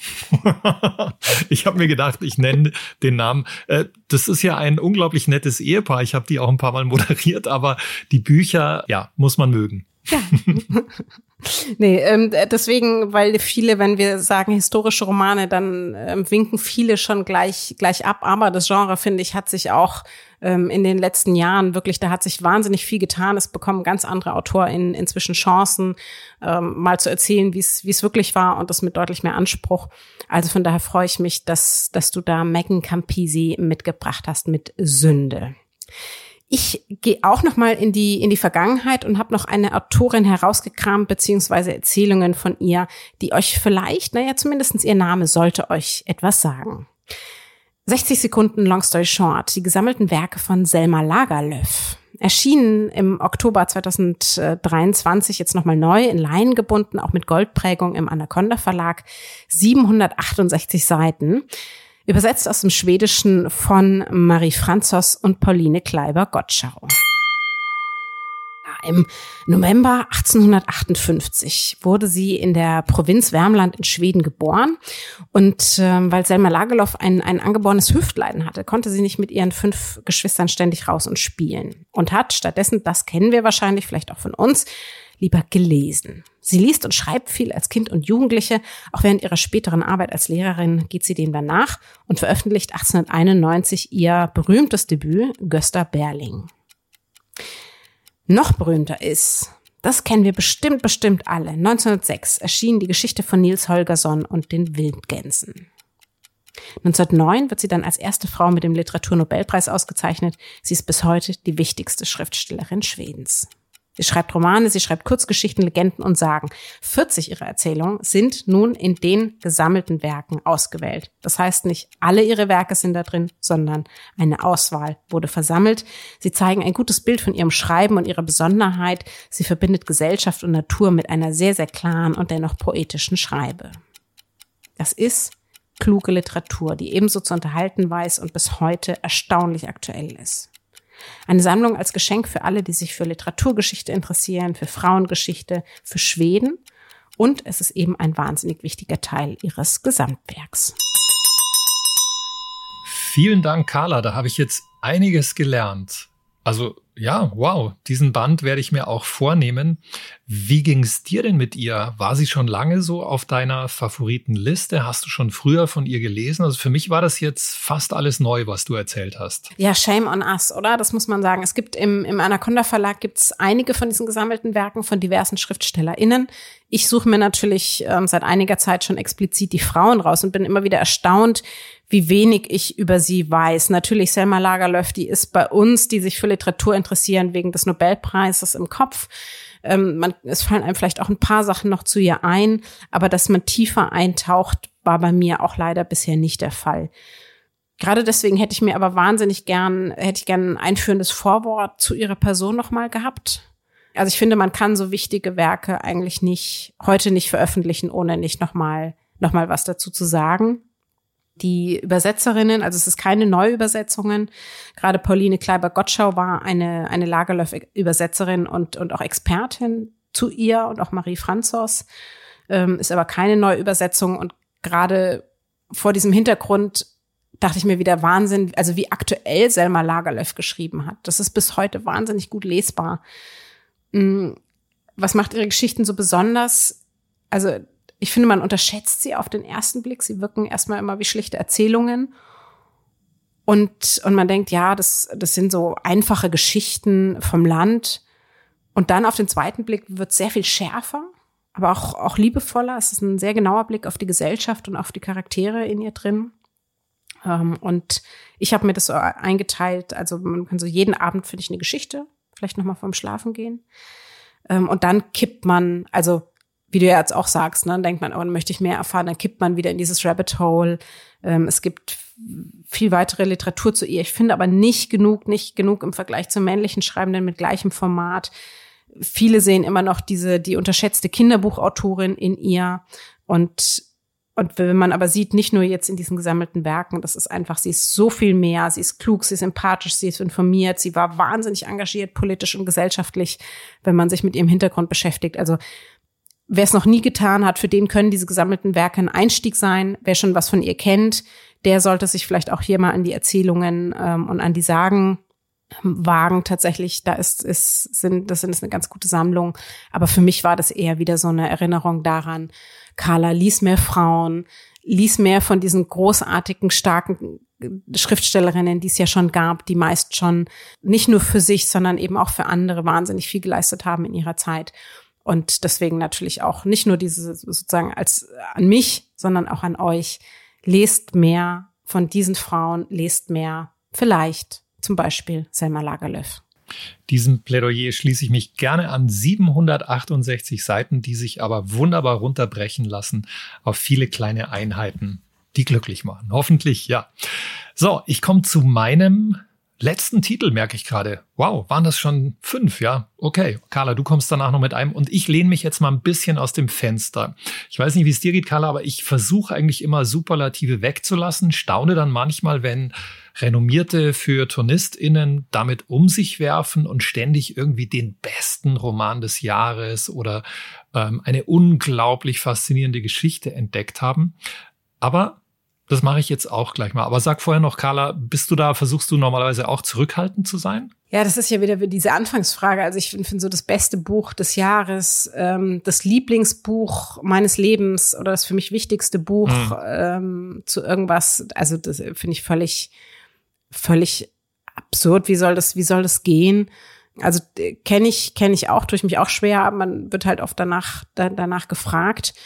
Ich habe mir gedacht, ich nenne den Namen. Das ist ja ein unglaublich nettes Ehepaar. Ich habe die auch ein paar Mal moderiert, aber die Bücher, ja, muss man mögen. Ja. Nee, ähm, deswegen, weil viele, wenn wir sagen historische Romane, dann ähm, winken viele schon gleich gleich ab. Aber das Genre, finde ich, hat sich auch ähm, in den letzten Jahren wirklich, da hat sich wahnsinnig viel getan. Es bekommen ganz andere AutorInnen inzwischen Chancen, ähm, mal zu erzählen, wie es wie es wirklich war und das mit deutlich mehr Anspruch. Also von daher freue ich mich, dass dass du da Megan Campisi mitgebracht hast mit Sünde. Ich gehe auch noch mal in die in die Vergangenheit und habe noch eine Autorin herausgekramt, beziehungsweise Erzählungen von ihr, die euch vielleicht, naja, zumindest ihr Name sollte euch etwas sagen. sechzig Sekunden Long Story Short, die gesammelten Werke von Selma Lagerlöf. Erschienen im Oktober zweitausenddreiundzwanzig, jetzt nochmal neu, in Leinen gebunden, auch mit Goldprägung im Anaconda Verlag, siebenhundertachtundsechzig Seiten. Übersetzt aus dem Schwedischen von Marie Franzos und Pauline Kleiber-Gottschau. Ja, im November achtzehnhundertachtundfünfzig wurde sie in der Provinz Värmland in Schweden geboren. Und ähm, weil Selma Lagerlöf ein, ein angeborenes Hüftleiden hatte, konnte sie nicht mit ihren fünf Geschwistern ständig raus und spielen. Und hat stattdessen, das kennen wir wahrscheinlich, vielleicht auch von uns, lieber gelesen. Sie liest und schreibt viel als Kind und Jugendliche. Auch während ihrer späteren Arbeit als Lehrerin geht sie dem dann nach und veröffentlicht achtzehnhunderteinundneunzig ihr berühmtes Debüt Gösta Berling. Noch berühmter ist, das kennen wir bestimmt, bestimmt alle, neunzehnhundertsechs erschien die Geschichte von Nils Holgersson und den Wildgänsen. neunzehnhundertneun wird sie dann als erste Frau mit dem Literaturnobelpreis ausgezeichnet. Sie ist bis heute die wichtigste Schriftstellerin Schwedens. Sie schreibt Romane, sie schreibt Kurzgeschichten, Legenden und Sagen. vierzig ihrer Erzählungen sind nun in den gesammelten Werken ausgewählt. Das heißt, nicht alle ihre Werke sind da drin, sondern eine Auswahl wurde versammelt. Sie zeigen ein gutes Bild von ihrem Schreiben und ihrer Besonderheit. Sie verbindet Gesellschaft und Natur mit einer sehr, sehr klaren und dennoch poetischen Schreibe. Das ist kluge Literatur, die ebenso zu unterhalten weiß und bis heute erstaunlich aktuell ist. Eine Sammlung als Geschenk für alle, die sich für Literaturgeschichte interessieren, für Frauengeschichte, für Schweden. Und es ist eben ein wahnsinnig wichtiger Teil ihres Gesamtwerks. Vielen Dank, Carla. Da habe ich jetzt einiges gelernt. Also ja, wow, diesen Band werde ich mir auch vornehmen. Wie ging es dir denn mit ihr? War sie schon lange so auf deiner Favoritenliste? Hast du schon früher von ihr gelesen? Also für mich war das jetzt fast alles neu, was du erzählt hast. Ja, shame on us, oder? Das muss man sagen. Es gibt im, im Anaconda Verlag gibt's einige von diesen gesammelten Werken von diversen SchriftstellerInnen. Ich suche mir natürlich ähm, seit einiger Zeit schon explizit die Frauen raus und bin immer wieder erstaunt, wie wenig ich über sie weiß. Natürlich Selma Lagerlöf, die ist bei uns, die sich für Literatur interessieren, wegen des Nobelpreises im Kopf. Ähm, man, es fallen einem vielleicht auch ein paar Sachen noch zu ihr ein, aber dass man tiefer eintaucht, war bei mir auch leider bisher nicht der Fall. Gerade deswegen hätte ich mir aber wahnsinnig gern, hätte ich gern ein einführendes Vorwort zu ihrer Person nochmal gehabt. Also ich finde, man kann so wichtige Werke eigentlich nicht, heute nicht veröffentlichen, ohne nicht nochmal, nochmal was dazu zu sagen. Die Übersetzerinnen, also es ist keine Neuübersetzungen. Gerade Pauline Kleiber-Gottschau war eine, eine Lagerlöf-Übersetzerin und, und auch Expertin zu ihr und auch Marie Franzos, ähm, ist aber keine Neuübersetzung. Und gerade vor diesem Hintergrund dachte ich mir wieder Wahnsinn, also wie aktuell Selma Lagerlöf geschrieben hat. Das ist bis heute wahnsinnig gut lesbar. Was macht ihre Geschichten so besonders? Also ich finde, man unterschätzt sie auf den ersten Blick. Sie wirken erstmal immer wie schlichte Erzählungen. Und, und man denkt, ja, das, das sind so einfache Geschichten vom Land. Und dann auf den zweiten Blick wird sehr viel schärfer, aber auch, auch liebevoller. Es ist ein sehr genauer Blick auf die Gesellschaft und auf die Charaktere in ihr drin. Und ich habe mir das so eingeteilt. Also man kann so jeden Abend, finde ich, eine Geschichte, vielleicht nochmal vorm Schlafen gehen. Und dann kippt man, also wie du ja jetzt auch sagst, ne, dann denkt man, oh, dann möchte ich mehr erfahren, dann kippt man wieder in dieses Rabbit Hole. Ähm, es gibt viel weitere Literatur zu ihr. Ich finde aber nicht genug, nicht genug im Vergleich zu männlichen Schreibenden mit gleichem Format. Viele sehen immer noch diese, die unterschätzte Kinderbuchautorin in ihr. Und, und wenn man aber sieht, nicht nur jetzt in diesen gesammelten Werken, das ist einfach, sie ist so viel mehr. Sie ist klug, sie ist empathisch, sie ist informiert. Sie war wahnsinnig engagiert, politisch und gesellschaftlich, wenn man sich mit ihrem Hintergrund beschäftigt. Also, wer es noch nie getan hat, für den können diese gesammelten Werke ein Einstieg sein. Wer schon was von ihr kennt, der sollte sich vielleicht auch hier mal an die Erzählungen ähm, und an die Sagen ähm, wagen. Tatsächlich, da ist, ist, sind, das ist eine ganz gute Sammlung. Aber für mich war das eher wieder so eine Erinnerung daran, Carla, lies mehr Frauen, lies mehr von diesen großartigen, starken Schriftstellerinnen, die es ja schon gab, die meist schon nicht nur für sich, sondern eben auch für andere wahnsinnig viel geleistet haben in ihrer Zeit. Und deswegen natürlich auch nicht nur diese sozusagen als an mich, sondern auch an euch. Lest mehr von diesen Frauen, lest mehr vielleicht zum Beispiel Selma Lagerlöf. Diesem Plädoyer schließe ich mich gerne an. siebenhundertachtundsechzig Seiten, die sich aber wunderbar runterbrechen lassen auf viele kleine Einheiten, die glücklich machen. Hoffentlich, ja. So, ich komme zu meinem letzten Titel, merke ich gerade. Wow, waren das schon fünf, ja? Okay, Carla, du kommst danach noch mit einem und ich lehne mich jetzt mal ein bisschen aus dem Fenster. Ich weiß nicht, wie es dir geht, Carla, aber ich versuche eigentlich immer Superlative wegzulassen, staune dann manchmal, wenn renommierte FeuilletonistInnen damit um sich werfen und ständig irgendwie den besten Roman des Jahres oder ähm, eine unglaublich faszinierende Geschichte entdeckt haben. Aber das mache ich jetzt auch gleich mal. Aber sag vorher noch, Carla, bist du da, versuchst du normalerweise auch zurückhaltend zu sein? Ja, das ist ja wieder diese Anfangsfrage. Also ich finde find so das beste Buch des Jahres, ähm, das Lieblingsbuch meines Lebens oder das für mich wichtigste Buch mhm. ähm, zu irgendwas. Also das finde ich völlig, völlig absurd. Wie soll das, wie soll das gehen? Also kenne ich, kenne ich auch, tue ich mich auch schwer. Man wird halt oft danach, da, danach gefragt.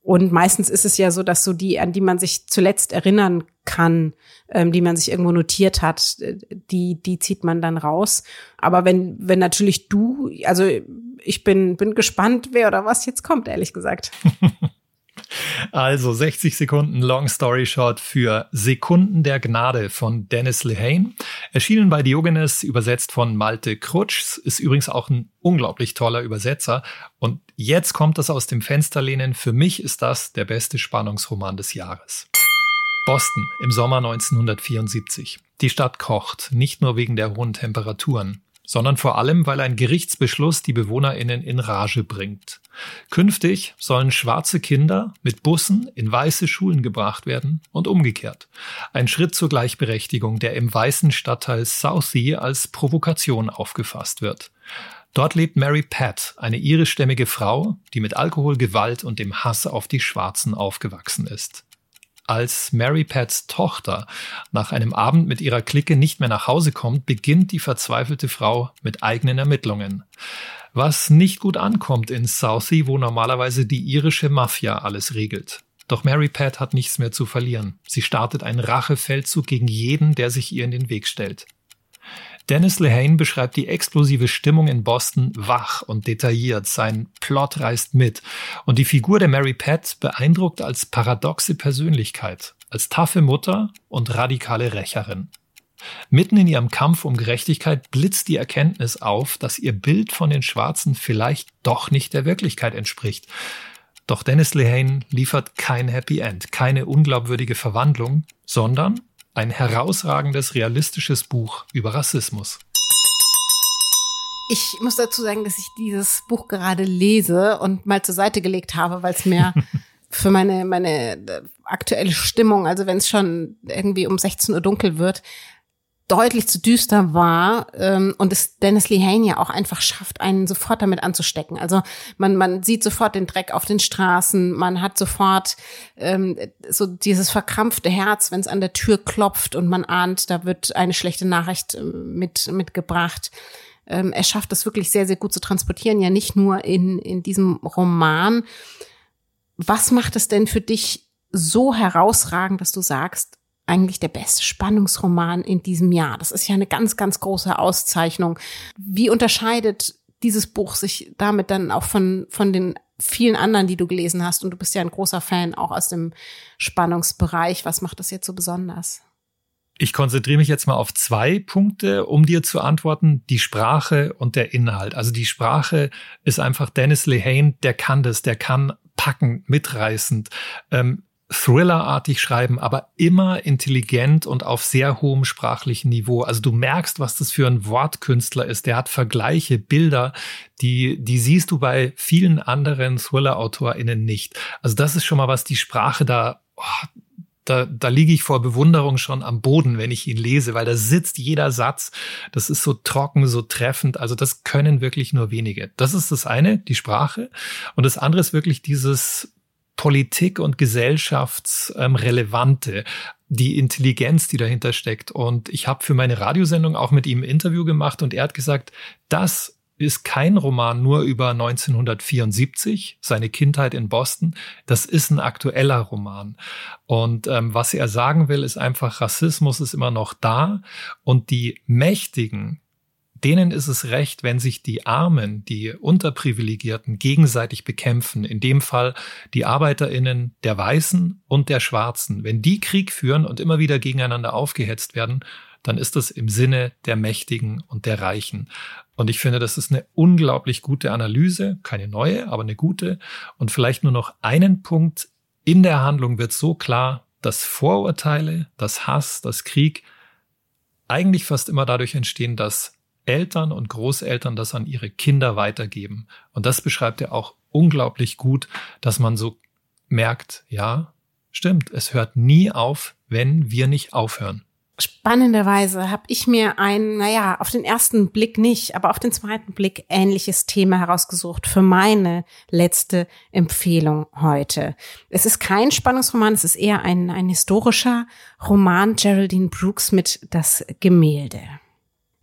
Und meistens ist es ja so, dass so die, an die man sich zuletzt erinnern kann, ähm, die man sich irgendwo notiert hat, die, die zieht man dann raus. Aber wenn, wenn natürlich du, also ich bin, bin gespannt, wer oder was jetzt kommt, ehrlich gesagt. Also sechzig Sekunden Long Story Short für Sekunden der Gnade von Dennis Lehane. Erschienen bei Diogenes, übersetzt von Malte Krutschs, ist übrigens auch ein unglaublich toller Übersetzer. Und jetzt kommt das aus dem Fenster lehnen. Für mich ist das der beste Spannungsroman des Jahres. Boston im Sommer neunzehnhundertvierundsiebzig. Die Stadt kocht, nicht nur wegen der hohen Temperaturen, sondern vor allem, weil ein Gerichtsbeschluss die BewohnerInnen in Rage bringt. Künftig sollen schwarze Kinder mit Bussen in weiße Schulen gebracht werden und umgekehrt. Ein Schritt zur Gleichberechtigung, der im weißen Stadtteil Southie als Provokation aufgefasst wird. Dort lebt Mary Pat, eine irischstämmige Frau, die mit Alkohol, Gewalt und dem Hass auf die Schwarzen aufgewachsen ist. Als Mary Pats Tochter nach einem Abend mit ihrer Clique nicht mehr nach Hause kommt, beginnt die verzweifelte Frau mit eigenen Ermittlungen. Was nicht gut ankommt in Southie, wo normalerweise die irische Mafia alles regelt. Doch Mary Pat hat nichts mehr zu verlieren. Sie startet einen Rachefeldzug gegen jeden, der sich ihr in den Weg stellt. Dennis Lehane beschreibt die explosive Stimmung in Boston wach und detailliert. Sein Plot reißt mit. Und die Figur der Mary Pat beeindruckt als paradoxe Persönlichkeit, als taffe Mutter und radikale Rächerin. Mitten in ihrem Kampf um Gerechtigkeit blitzt die Erkenntnis auf, dass ihr Bild von den Schwarzen vielleicht doch nicht der Wirklichkeit entspricht. Doch Dennis Lehane liefert kein Happy End, keine unglaubwürdige Verwandlung, sondern ein herausragendes, realistisches Buch über Rassismus. Ich muss dazu sagen, dass ich dieses Buch gerade lese und mal zur Seite gelegt habe, weil es mir für meine meine aktuelle Stimmung, also wenn es schon irgendwie um sechzehn Uhr dunkel wird, deutlich zu düster war, ähm, und es Dennis Lehane ja auch einfach schafft, einen sofort damit anzustecken. Also man man sieht sofort den Dreck auf den Straßen, man hat sofort ähm, so dieses verkrampfte Herz, wenn es an der Tür klopft und man ahnt, da wird eine schlechte Nachricht äh, mit mitgebracht. Ähm, er schafft es wirklich sehr, sehr gut zu transportieren, ja nicht nur in in diesem Roman. Was macht es denn für dich so herausragend, dass du sagst, eigentlich der beste Spannungsroman in diesem Jahr? Das ist ja eine ganz, ganz große Auszeichnung. Wie unterscheidet dieses Buch sich damit dann auch von von den vielen anderen, die du gelesen hast? Und du bist ja ein großer Fan auch aus dem Spannungsbereich. Was macht das jetzt so besonders? Ich konzentriere mich jetzt mal auf zwei Punkte, um dir zu antworten. Die Sprache und der Inhalt. Also die Sprache ist einfach Dennis Lehane, der kann das, der kann packen, mitreißend, ähm, Thriller-artig schreiben, aber immer intelligent und auf sehr hohem sprachlichen Niveau. Also du merkst, was das für ein Wortkünstler ist. Der hat Vergleiche, Bilder, die die siehst du bei vielen anderen Thriller-AutorInnen nicht. Also das ist schon mal was, die Sprache da, oh, da, da liege ich vor Bewunderung schon am Boden, wenn ich ihn lese, weil da sitzt jeder Satz. Das ist so trocken, so treffend. Also das können wirklich nur wenige. Das ist das eine, die Sprache. Und das andere ist wirklich dieses Politik- und Gesellschaftsrelevante, die Intelligenz, die dahinter steckt. Und ich habe für meine Radiosendung auch mit ihm ein Interview gemacht und er hat gesagt, das ist kein Roman nur über neunzehnhundertvierundsiebzig, seine Kindheit in Boston. Das ist ein aktueller Roman. Und ähm, was er sagen will, ist einfach, Rassismus ist immer noch da und die Mächtigen, denen ist es recht, wenn sich die Armen, die Unterprivilegierten gegenseitig bekämpfen. In dem Fall die ArbeiterInnen der Weißen und der Schwarzen. Wenn die Krieg führen und immer wieder gegeneinander aufgehetzt werden, dann ist das im Sinne der Mächtigen und der Reichen. Und ich finde, das ist eine unglaublich gute Analyse, keine neue, aber eine gute. Und vielleicht nur noch einen Punkt. In der Handlung wird so klar, dass Vorurteile, dass Hass, dass Krieg eigentlich fast immer dadurch entstehen, dass Eltern und Großeltern das an ihre Kinder weitergeben. Und das beschreibt er auch unglaublich gut, dass man so merkt, ja, stimmt, es hört nie auf, wenn wir nicht aufhören. Spannenderweise habe ich mir ein, naja, auf den ersten Blick nicht, aber auf den zweiten Blick ähnliches Thema herausgesucht für meine letzte Empfehlung heute. Es ist kein Spannungsroman, es ist eher ein, ein historischer Roman, Geraldine Brooks mit Das Gemälde.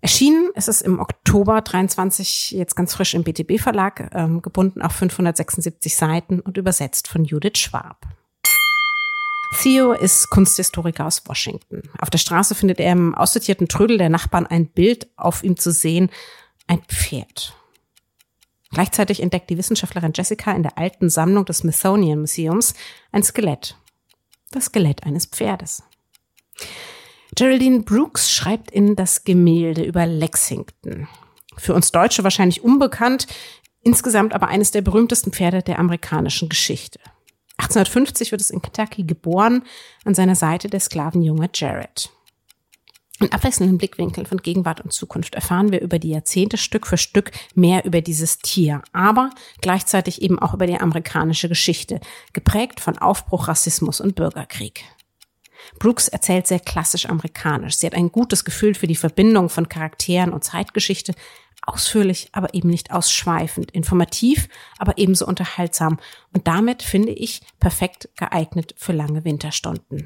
Erschienen ist es im Oktober dreiundzwanzig, jetzt ganz frisch im B T B Verlag, ähm, gebunden auf fünfhundertsechsundsiebzig Seiten und übersetzt von Judith Schwab. Theo ist Kunsthistoriker aus Washington. Auf der Straße findet er im aussortierten Trödel der Nachbarn ein Bild, auf ihm zu sehen, ein Pferd. Gleichzeitig entdeckt die Wissenschaftlerin Jessica in der alten Sammlung des Smithsonian Museums ein Skelett. Das Skelett eines Pferdes. Geraldine Brooks schreibt in Das Gemälde über Lexington. Für uns Deutsche wahrscheinlich unbekannt, insgesamt aber eines der berühmtesten Pferde der amerikanischen Geschichte. achtzehnhundertfünfzig wird es in Kentucky geboren, an seiner Seite der Sklavenjunge Jared. In abwechselnden Blickwinkeln von Gegenwart und Zukunft erfahren wir über die Jahrzehnte Stück für Stück mehr über dieses Tier, aber gleichzeitig eben auch über die amerikanische Geschichte, geprägt von Aufbruch, Rassismus und Bürgerkrieg. Brooks erzählt sehr klassisch amerikanisch. Sie hat ein gutes Gefühl für die Verbindung von Charakteren und Zeitgeschichte, ausführlich, aber eben nicht ausschweifend, informativ, aber ebenso unterhaltsam und damit, finde ich, perfekt geeignet für lange Winterstunden.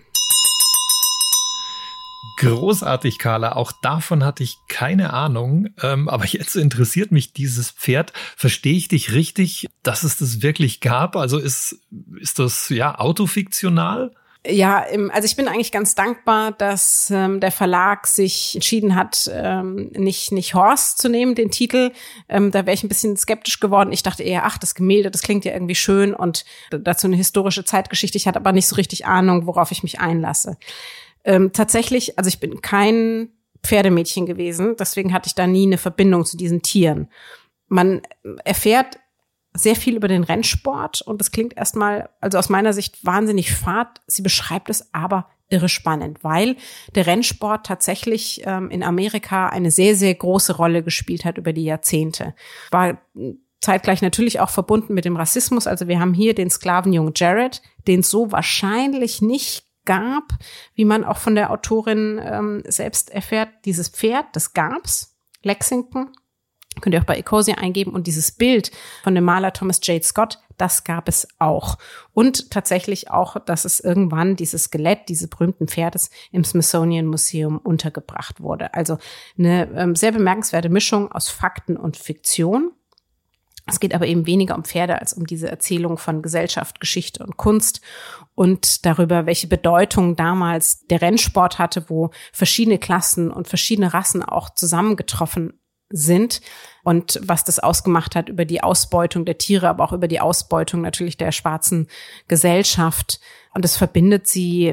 Großartig, Carla. Auch davon hatte ich keine Ahnung. Ähm, aber jetzt interessiert mich dieses Pferd. Verstehe ich dich richtig, dass es das wirklich gab? Also ist, ist das ja autofiktional? Ja, also ich bin eigentlich ganz dankbar, dass ähm, der Verlag sich entschieden hat, ähm, nicht nicht Horst zu nehmen, den Titel. Ähm, da wäre ich ein bisschen skeptisch geworden. Ich dachte eher, ach, das Gemälde, das klingt ja irgendwie schön und dazu eine historische Zeitgeschichte. Ich hatte aber nicht so richtig Ahnung, worauf ich mich einlasse. Ähm, tatsächlich, also ich bin kein Pferdemädchen gewesen, deswegen hatte ich da nie eine Verbindung zu diesen Tieren. Man erfährt sehr viel über den Rennsport und das klingt erstmal, also aus meiner Sicht wahnsinnig fad. Sie beschreibt es aber irre spannend, weil der Rennsport tatsächlich ähm, in Amerika eine sehr, sehr große Rolle gespielt hat über die Jahrzehnte. War zeitgleich natürlich auch verbunden mit dem Rassismus. Also wir haben hier den Sklavenjungen Jared, den es so wahrscheinlich nicht gab, wie man auch von der Autorin ähm, selbst erfährt. Dieses Pferd, das gab's, Lexington, könnt ihr auch bei Ecosia eingeben. Und dieses Bild von dem Maler Thomas J. Scott, das gab es auch. Und tatsächlich auch, dass es irgendwann dieses Skelett, diese berühmten Pferdes im Smithsonian Museum untergebracht wurde. Also eine ähm, sehr bemerkenswerte Mischung aus Fakten und Fiktion. Es geht aber eben weniger um Pferde als um diese Erzählung von Gesellschaft, Geschichte und Kunst und darüber, welche Bedeutung damals der Rennsport hatte, wo verschiedene Klassen und verschiedene Rassen auch zusammengetroffen sind und was das ausgemacht hat über die Ausbeutung der Tiere, aber auch über die Ausbeutung natürlich der schwarzen Gesellschaft. Und es verbindet sie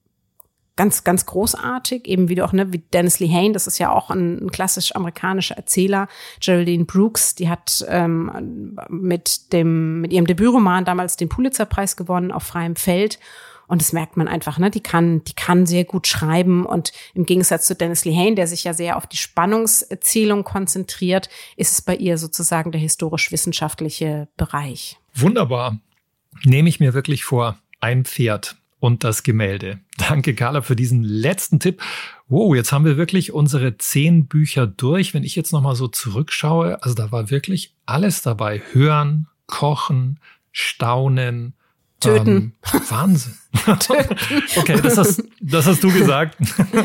ganz, ganz großartig, eben wie du auch, ne, wie Dennis Lehane, das ist ja auch ein, ein klassisch amerikanischer Erzähler. Geraldine Brooks, die hat ähm, mit dem, mit ihrem Debütroman damals den Pulitzerpreis gewonnen auf freiem Feld. Und das merkt man einfach, ne, die kann, die kann sehr gut schreiben. Und im Gegensatz zu Dennis Lehane, der sich ja sehr auf die Spannungserzählung konzentriert, ist es bei ihr sozusagen der historisch-wissenschaftliche Bereich. Wunderbar. Nehme ich mir wirklich vor. Ein Pferd und das Gemälde. Danke, Carla, für diesen letzten Tipp. Wow, jetzt haben wir wirklich unsere zehn Bücher durch. Wenn ich jetzt nochmal so zurückschaue, also da war wirklich alles dabei. Hören, kochen, staunen, Töten. Ähm, Wahnsinn. Okay, das hast, das hast du gesagt.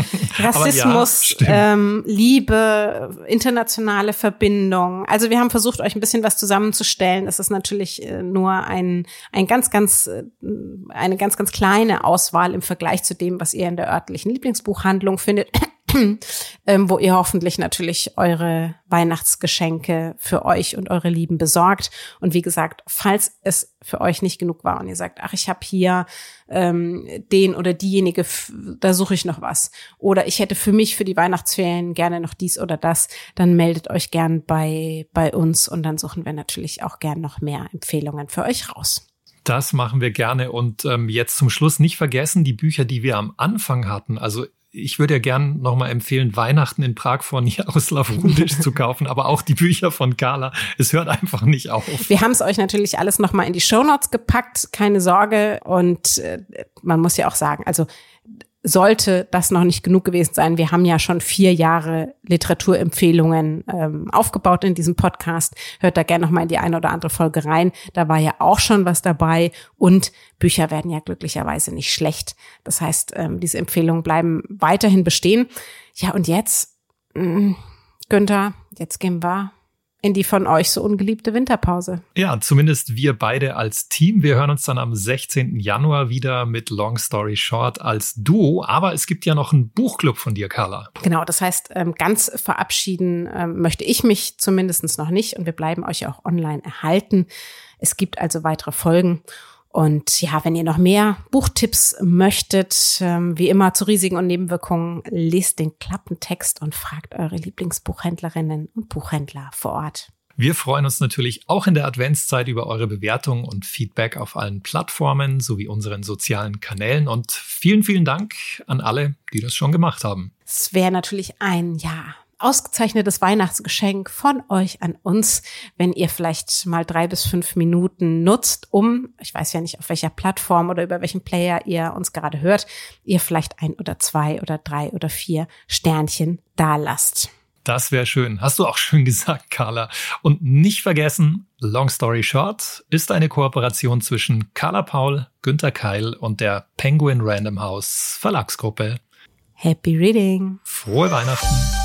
Rassismus, ja, ähm, Liebe, internationale Verbindung. Also wir haben versucht, euch ein bisschen was zusammenzustellen. Es ist natürlich äh, nur ein, ein ganz, ganz, äh, eine ganz, ganz kleine Auswahl im Vergleich zu dem, was ihr in der örtlichen Lieblingsbuchhandlung findet. ähm, wo ihr hoffentlich natürlich eure Weihnachtsgeschenke für euch und eure Lieben besorgt. Und wie gesagt, falls es für euch nicht genug war und ihr sagt, ach, ich habe hier ähm, den oder diejenige, da suche ich noch was. Oder ich hätte für mich für die Weihnachtsferien gerne noch dies oder das, dann meldet euch gern bei bei uns und dann suchen wir natürlich auch gern noch mehr Empfehlungen für euch raus. Das machen wir gerne. Und ähm, jetzt zum Schluss nicht vergessen, die Bücher, die wir am Anfang hatten, also ich würde ja gern nochmal empfehlen, Weihnachten in Prag von Jaroslav Rundisch zu kaufen, aber auch die Bücher von Carla. Es hört einfach nicht auf. Wir haben es euch natürlich alles nochmal in die Shownotes gepackt, keine Sorge. Und äh, man muss ja auch sagen, also sollte das noch nicht genug gewesen sein, wir haben ja schon vier Jahre Literaturempfehlungen ähm, aufgebaut in diesem Podcast. Hört da gerne noch mal in die eine oder andere Folge rein. Da war ja auch schon was dabei und Bücher werden ja glücklicherweise nicht schlecht. Das heißt, ähm, diese Empfehlungen bleiben weiterhin bestehen. Ja, und jetzt, mh, Günther, jetzt gehen wir in die von euch so ungeliebte Winterpause. Ja, zumindest wir beide als Team. Wir hören uns dann am sechzehnten Januar wieder mit Long Story Short als Duo. Aber es gibt ja noch einen Buchclub von dir, Carla. Genau, das heißt, ganz verabschieden möchte ich mich zumindest noch nicht. Und wir bleiben euch auch online erhalten. Es gibt also weitere Folgen. Und ja, wenn ihr noch mehr Buchtipps möchtet, ähm, wie immer zu Risiken und Nebenwirkungen, lest den Klappentext und fragt eure Lieblingsbuchhändlerinnen und Buchhändler vor Ort. Wir freuen uns natürlich auch in der Adventszeit über eure Bewertung und Feedback auf allen Plattformen sowie unseren sozialen Kanälen. Und vielen, vielen Dank an alle, die das schon gemacht haben. Es wäre natürlich ein, ja, ausgezeichnetes Weihnachtsgeschenk von euch an uns, wenn ihr vielleicht mal drei bis fünf Minuten nutzt, um, ich weiß ja nicht, auf welcher Plattform oder über welchen Player ihr uns gerade hört, ihr vielleicht ein oder zwei oder drei oder vier Sternchen dalasst. Das wäre schön. Hast du auch schön gesagt, Carla. Und nicht vergessen, Long Story Short ist eine Kooperation zwischen Carla Paul, Günther Keil und der Penguin Random House Verlagsgruppe. Happy Reading! Frohe Weihnachten!